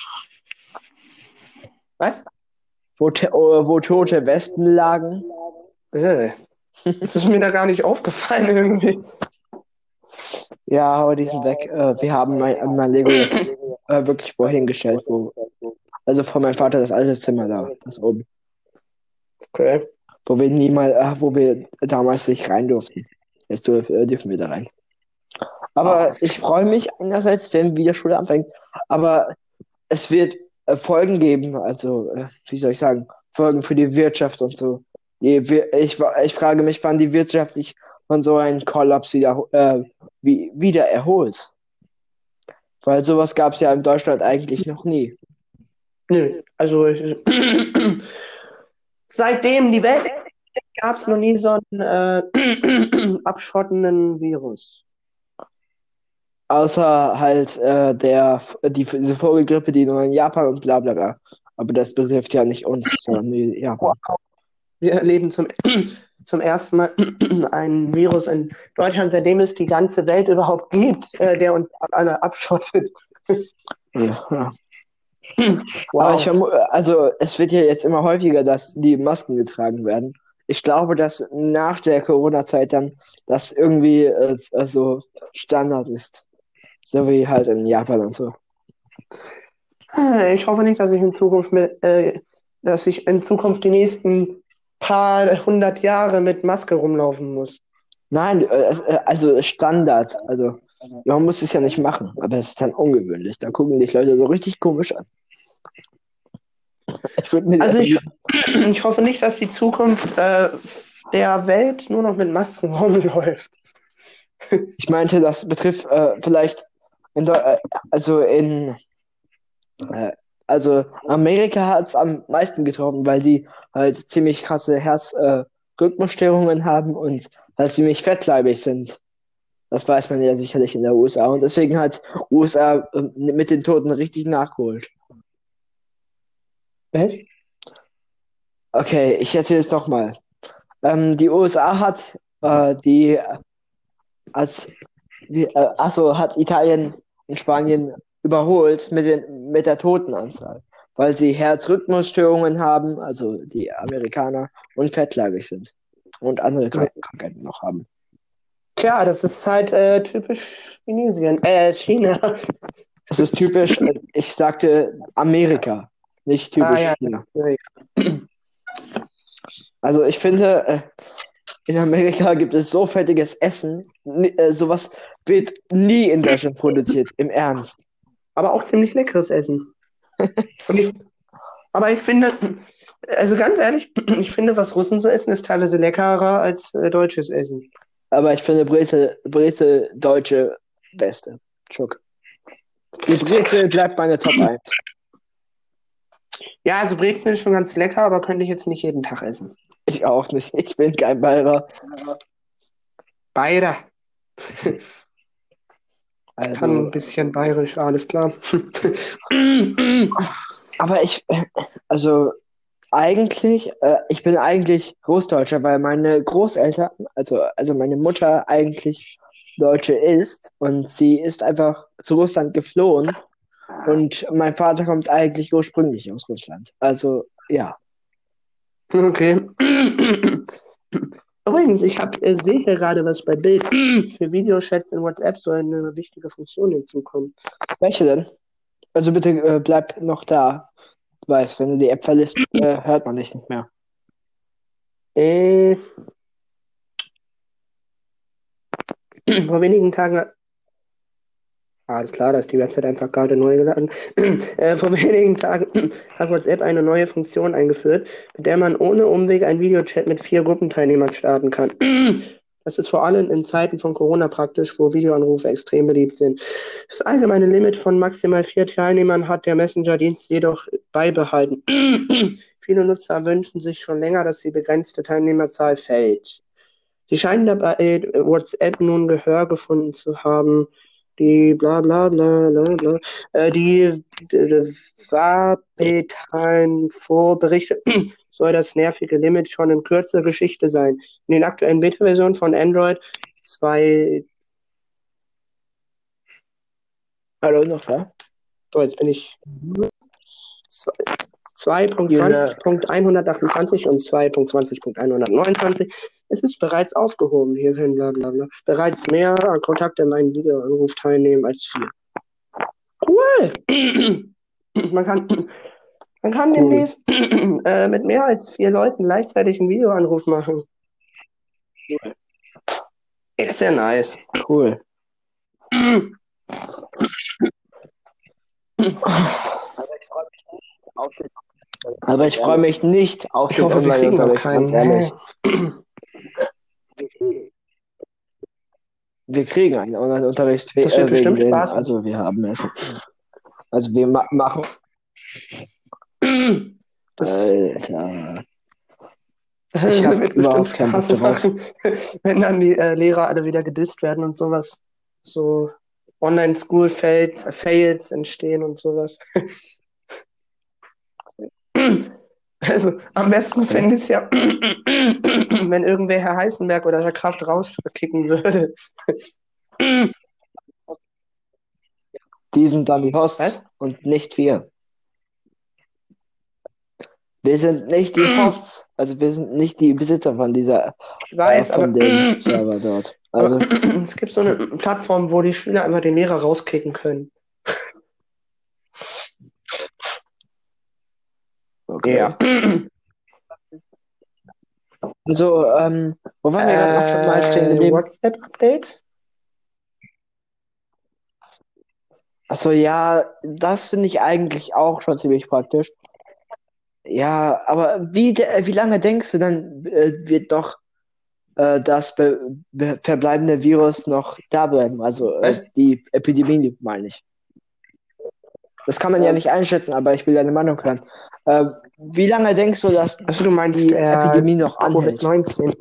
Was? Wo, te- oh, wo tote Wespen lagen. Äh, Das ist mir da gar nicht aufgefallen irgendwie. Ja, aber die sind weg. Äh, wir haben mein, mein Lego jetzt äh, wirklich wohin gestellt, wo. Also von meinem Vater das alte Zimmer da, das oben. Okay. Wo wir niemals, äh, wo wir damals nicht rein durften. Jetzt dürf, äh, dürfen wir da rein. Aber ich freue mich einerseits, wenn wieder Schule anfängt, aber es wird äh, Folgen geben, also äh, wie soll ich sagen, Folgen für die Wirtschaft und so. Die, wir- ich, wa- ich frage mich, wann die Wirtschaft sich von so einem Kollaps wieder, äh, wie, wieder erholt. Weil sowas gab es ja in Deutschland eigentlich noch nie. Nö, also ich, seitdem die Welt gab es noch nie so einen äh, abschottenden Virus. Außer halt äh, der, die, diese Vogelgrippe, die nur in Japan und bla bla bla. Aber das betrifft ja nicht uns, sondern nur Japan. Wir erleben zum, zum ersten Mal ein Virus in Deutschland, seitdem es die ganze Welt überhaupt gibt, äh, der uns alle abschottet. Ja, ja. Wow. Aber ich vermute, also es wird ja jetzt immer häufiger, dass die Masken getragen werden. Ich glaube, dass nach der Corona-Zeit dann das irgendwie äh, also Standard ist. So wie halt in Japan und so. Ich hoffe nicht, dass ich in Zukunft mit, äh, dass ich in Zukunft die nächsten paar hundert Jahre mit Maske rumlaufen muss. Nein, äh, es, äh, also Standard. Also man muss es ja nicht machen, aber es ist dann ungewöhnlich. Da gucken dich Leute so richtig komisch an. Ich würde mir Also ich, ich hoffe nicht, dass die Zukunft äh, der Welt nur noch mit Masken rumläuft. Ich meinte, das betrifft äh, vielleicht in Deu äh, also in äh, also Amerika hat es am meisten getroffen, weil sie halt ziemlich krasse Herzrhythmusstörungen äh, haben und halt ziemlich fettleibig sind. Das weiß man ja sicherlich in der U S A und deswegen hat U S A äh, mit den Toten richtig nachgeholt. Was? Okay, ich erzähle es doch mal. Ähm, die U S A hat äh, die als wie, äh, achso, hat Italien und Spanien überholt mit den mit der Totenanzahl, weil sie Herzrhythmusstörungen haben, also die Amerikaner, und fettleibig sind und andere Krank Krankheiten noch haben. Tja, das ist halt äh, typisch Chinesien, äh, China. Das ist typisch, äh, ich sagte Amerika, nicht typisch Ah, ja. China. Also ich finde, äh, in Amerika gibt es so fettiges Essen, ni- äh, sowas wird nie in Deutschland produziert, im Ernst. Aber auch ziemlich leckeres Essen. Und ich, aber ich finde, also ganz ehrlich, ich finde, was Russen so essen, ist teilweise leckerer als äh, deutsches Essen. Aber ich finde Breze, Breze Deutsche beste. Schuck. Die Breze bleibt meine Top eins. Ja, also Brezen ist schon ganz lecker, aber könnte ich jetzt nicht jeden Tag essen. Ich auch nicht. Ich bin kein Bayer. Beide. Kann Also, ein bisschen bayerisch, alles klar. aber ich, also eigentlich, äh, ich bin eigentlich Großdeutscher, weil meine Großeltern, also, also meine Mutter eigentlich Deutsche ist und sie ist einfach zu Russland geflohen und mein Vater kommt eigentlich ursprünglich aus Russland. Also, ja. Okay. Übrigens, ich hab, äh, sehe hier gerade was bei Bild. Für Videochats in WhatsApp soll eine wichtige Funktion hinzukommen. Welche denn? Also bitte äh, bleib noch da. Du weißt, wenn du die App verlässt, äh, hört man dich nicht mehr. Äh, vor wenigen Tagen, alles klar, da ist die Website einfach gerade neu geladen. äh, vor wenigen Tagen hat WhatsApp eine neue Funktion eingeführt, mit der man ohne Umweg einen Videochat mit vier Gruppenteilnehmern starten kann. Das ist vor allem in Zeiten von Corona praktisch, wo Videoanrufe extrem beliebt sind. Das allgemeine Limit von maximal vier Teilnehmern hat der Messenger-Dienst jedoch beibehalten. Viele Nutzer wünschen sich schon länger, dass die begrenzte Teilnehmerzahl fällt. Sie scheinen dabei äh, WhatsApp nun Gehör gefunden zu haben. Die bla bla bla bla bla. Äh, die Wapetalen vorberichtet, soll das nervige Limit schon in Kürze Geschichte sein. In den aktuellen Beta-Versionen von Android zwei. Hallo, noch da? So, jetzt bin ich zwei Punkt Jule, zwanzig Punkt hundertachtundzwanzig und zwei Punkt zwanzig Punkt hundertneunundzwanzig. Es ist bereits aufgehoben. Hier können bla bla bla. Bereits mehr an Kontakte in einem Videoanruf teilnehmen als vier. Cool! Man kann, man kann cool. demnächst äh, mit mehr als vier Leuten gleichzeitig einen Videoanruf machen. Ist sehr nice. Cool. Aber ich freue mich nicht auf Ich den hoffe, wir kriegen noch Online-Unterricht, ganz ehrlich. keinen. Wir kriegen einen Online-Unterricht we Das wird äh, wegen bestimmt den, Spaß. also wir haben ja schon, also wir ma machen, Das Alter, ich habe wird bestimmt überhaupt keinen Bock Spaß darauf. machen, wenn dann die äh, Lehrer alle wieder gedisst werden und sowas. So Online-School-Fails Fails entstehen und sowas. Also am besten fände ich es ja, wenn irgendwer Herr Heißenberg oder Herr Kraft rauskicken würde. Die sind dann die Hosts Was? und nicht wir. Wir sind nicht die Hosts, also wir sind nicht die Besitzer von dieser, Ich äh, weiß, aber von dem Server dort. aber Also, es gibt so eine Plattform, wo die Schüler einfach den Lehrer rauskicken können. okay. Ja. Also, ähm, wo waren wir gerade noch schon mal stehen Äh, geblieben? WhatsApp-Update? Achso, ja, das finde ich eigentlich auch schon ziemlich praktisch. Ja, aber wie, de- wie lange denkst du, dann äh, wird doch äh, das be be verbleibende Virus noch da bleiben? Also äh, Was? die Epidemie, meine ich. Das kann man ja nicht einschätzen, aber ich will deine Meinung hören. Äh, wie lange denkst du, dass Also du meinst die äh, Epidemie noch Covid anhält? neunzehn?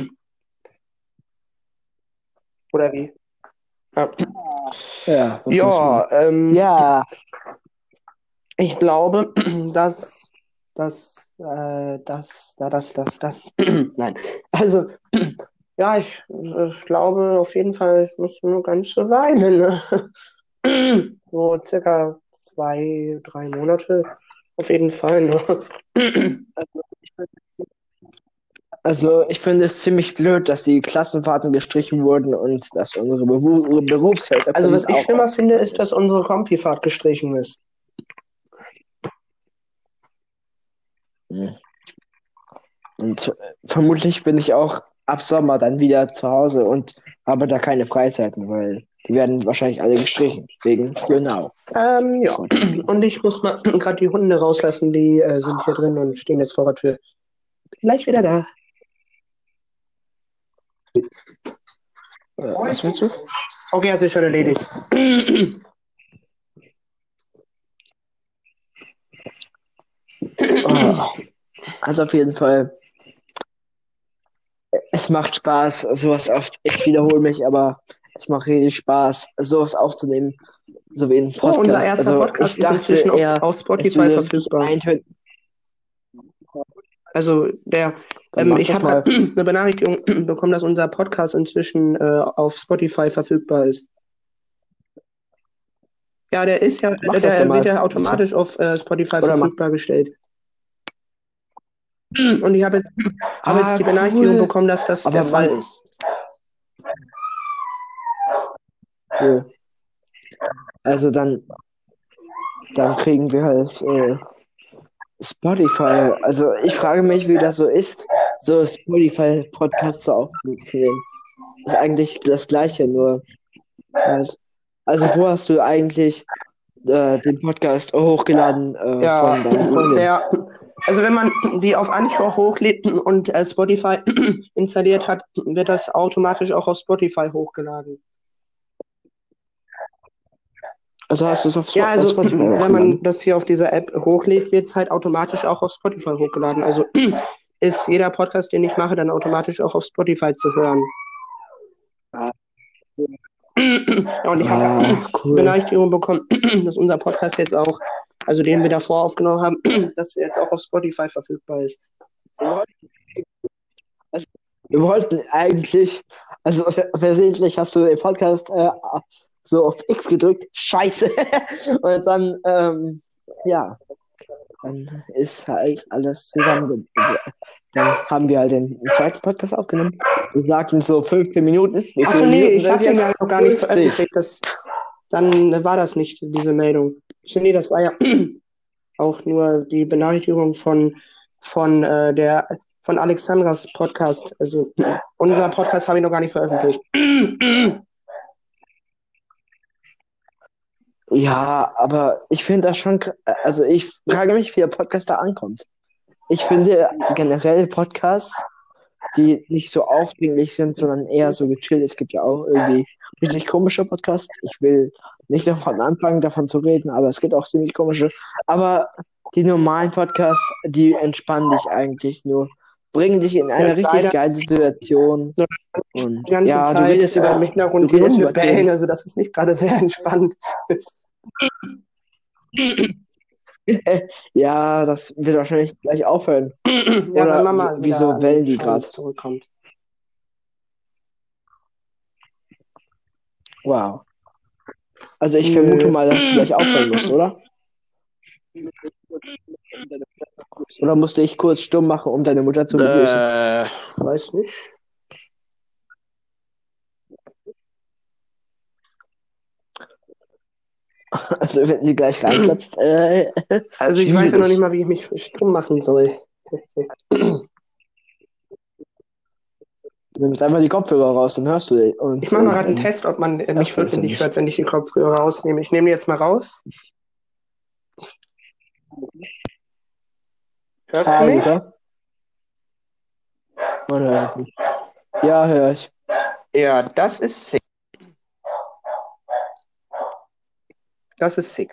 Oder wie? Ja, Ja, was denkst du? ja ähm, Ja, ich glaube, dass dass äh, dass da das das das nein. Also ja, ich, ich glaube auf jeden Fall nicht nur ganz so weinen. Ne? So circa zwei, drei Monate auf jeden Fall. Ne? also ich finde es ziemlich blöd, dass die Klassenfahrten gestrichen wurden und dass unsere Beru Berufsfelder Also was ich auch schlimmer finde, ausgefallen ist, dass unsere Kompifahrt gestrichen ist. Hm. Und äh, vermutlich bin ich auch ab Sommer dann wieder zu Hause und habe da keine Freizeiten, weil die werden wahrscheinlich alle gestrichen. Wegen Genau. Ähm, ja. Und ich muss mal gerade die Hunde rauslassen, die äh, sind hier drin und stehen jetzt vor der Tür. Bin gleich wieder da. Äh, was willst du? Okay, hat sich schon erledigt. Ja, also auf jeden Fall, es macht Spaß, sowas oft. Ich wiederhole mich, aber es macht richtig Spaß, sowas aufzunehmen, so wie ein Oh, unser Podcast. erster Also Podcast ich ist dachte inzwischen auf, eher, auf es Spotify würde richtig verfügbar. eintönen. Also der, Dann ähm, mach ich das habe mal. gerade eine Benachrichtigung bekommen, dass unser Podcast inzwischen äh, auf Spotify verfügbar ist. Ja, der ist ja, Mach der, das doch der wird mal, ja bitte. automatisch auf äh, Spotify Oder mach. verfügbar gestellt. Und ich habe jetzt, hab jetzt Ah, die Benachrichtigung cool. bekommen, dass das der Aber Fall wann? ist. Cool. Also dann, dann kriegen wir halt äh, Spotify. Also ich frage mich, wie das so ist, so Spotify-Podcasts so aufzunehmen. Ist eigentlich das Gleiche, nur halt. Also wo hast du eigentlich äh, den Podcast hochgeladen äh, Ja, von deiner Freundin? der, also wenn man die auf Anchor hochlädt und äh, Spotify installiert hat, wird das automatisch auch auf Spotify hochgeladen. Also hast du es auf, Spo Ja, auf also Spotify wenn man hochgeladen? das hier auf dieser App hochlädt, wird es halt automatisch auch auf Spotify hochgeladen. Also ist jeder Podcast, den ich mache, dann automatisch auch auf Spotify zu hören. Ja, und ich habe Ah, die cool. Benachrichtigung bekommen, dass unser Podcast jetzt auch, also den wir davor aufgenommen haben, dass er jetzt auch auf Spotify verfügbar ist. Wir wollten eigentlich, also versehentlich hast du den Podcast äh, so auf X gedrückt. Scheiße. Und dann, ähm, ja, dann ist halt alles zusammen. Dann haben wir halt den zweiten Podcast aufgenommen. Wir sagten so fünfzehn Minuten. Wie Achso, viele nee, Minuten ich sind hatte den jetzt? ja noch gar nicht fünfzig. veröffentlicht. Das, dann war das nicht, diese Meldung. So, nee, das war ja auch nur die Benachrichtigung von, von, äh, der, von Alexandras Podcast. Also unser Podcast habe ich noch gar nicht veröffentlicht. Ja, aber ich finde das schon, kr- also ich frage mich, wie der Podcast da ankommt. Ich finde generell Podcasts, die nicht so aufdringlich sind, sondern eher so gechillt. Es gibt ja auch irgendwie richtig komische Podcasts. Ich will nicht davon anfangen, davon zu reden, aber es gibt auch ziemlich komische. Aber die normalen Podcasts, die entspannen dich eigentlich nur, bringen dich in eine richtig Leider geile Situation. Und die ganze ja, du Zeit redest äh, über, im du Hintergrund die redest Hunde über bellen, Themen. also das ist nicht gerade sehr entspannt. Ja, das wird wahrscheinlich gleich aufhören. Ja, wenn Oder Mama w- wieder wieso an wellen den die Schrein gerade? zurückkommt. Wow. Also ich vermute Nö. mal, dass du gleich aufhören musst, oder? Oder musste ich kurz stumm machen, um deine Mutter zu begrüßen? Äh, weiß nicht. Also wenn sie gleich reinklatzt, äh, Also ich weiß ja noch nicht schwierig. mal, wie ich mich stumm machen soll. Du nimmst einfach die Kopfhörer raus, dann hörst du die- uns. Ich mache mal Und gerade einen dann Test, ob man äh, mich hörst du das ja wirklich nicht. hört, wenn ich die Kopfhörer rausnehme. Ich nehme die jetzt mal raus. Hörst du Hi, mich? Luca. Man hört mich. Ja, hör ich. Ja, das ist sick. Das ist sick.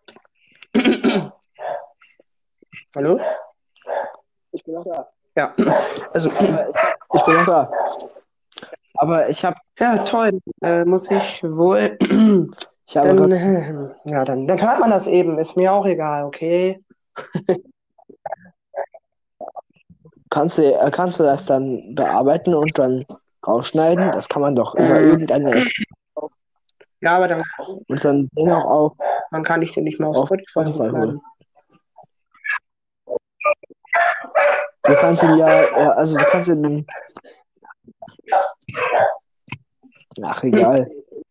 Hallo? Ich bin auch da. Ja, also, Aber es, ich bin auch da. Aber ich habe ja, toll. Äh, muss ich wohl. ich habe Dann, grad, äh, ja, dann, dann hört man das eben. Ist mir auch egal, okay? kannst du, äh, kannst du das dann bearbeiten und dann rausschneiden? Das kann man doch über Mm, irgendeine App ja, aber dann, und dann den auch auf, dann kann ich den nicht mehr auf auf Spotify Spotify holen. hochladen. Du kannst ihn ja, äh, also du kannst ihn, ach egal.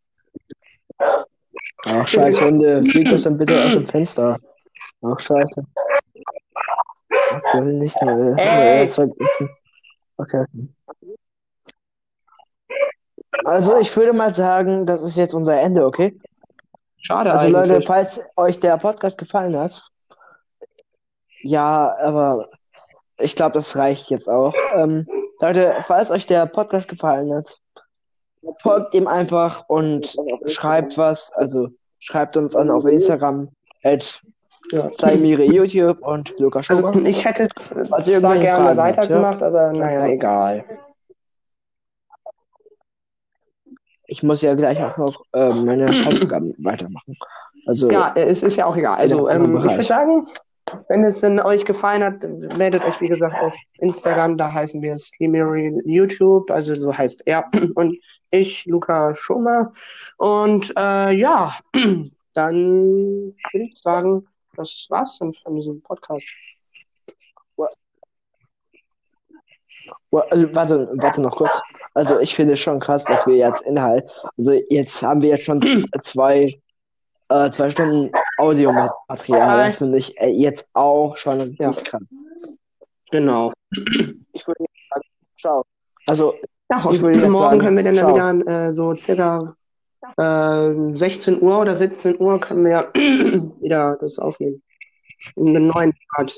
Ach scheiß Hunde, fliegt das dann bitte aus dem Fenster. Ach scheiße. Aktuell nicht, ne, Ey! ne, zwei Blitzen. Okay. Also ich würde mal sagen, das ist jetzt unser Ende, okay? Schade Also Leute, eigentlich. falls euch der Podcast gefallen hat, ja, aber ich glaube, das reicht jetzt auch. Ähm, Leute, falls euch der Podcast gefallen hat, folgt ihm einfach und schreibt was. Also schreibt uns an auf Instagram at Ja. Saimire YouTube und Lukas Also Schuber. ich hätte Falls ihr zwar irgendwelche gerne Fragen habt, ja? weitergemacht, aber naja, egal. Ich muss ja gleich auch noch ähm, meine Hausaufgaben weitermachen. Also Ja, äh, es ist ja auch egal. in einem Also anderen ähm, ich würde Bereich. sagen, wenn es denn euch gefallen hat, meldet euch wie gesagt auf Instagram, da heißen wir Slimmery YouTube, also so heißt er und ich, Luca Schumer. Und äh, ja, dann würde ich sagen, das war's dann von diesem Podcast. Wa- also, Warte, warte noch kurz. Also ich finde es schon krass, dass wir jetzt Inhalt, also jetzt haben wir jetzt schon z- zwei, äh, zwei Stunden Audiomaterial. Das finde ich äh, jetzt auch schon richtig Ja. krass. Genau. Ich würde sagen, ciao. Also Ja, ich würde jetzt morgen sagen, können wir dann ciao. wieder äh, so circa äh, sechzehn Uhr oder siebzehn Uhr können wir wieder das aufnehmen. Einen neuen Part.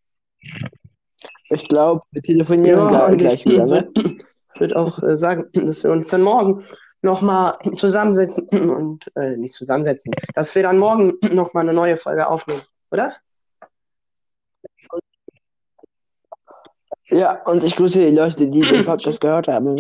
Ich glaube, wir telefonieren Ja, gle- und ich gleich wieder, ne? würde würd auch äh, sagen, dass wir uns dann morgen nochmal zusammensetzen und äh, nicht zusammensetzen, dass wir dann morgen nochmal eine neue Folge aufnehmen, oder? Ja, und ich grüße die Leute, die den Podcast gehört haben.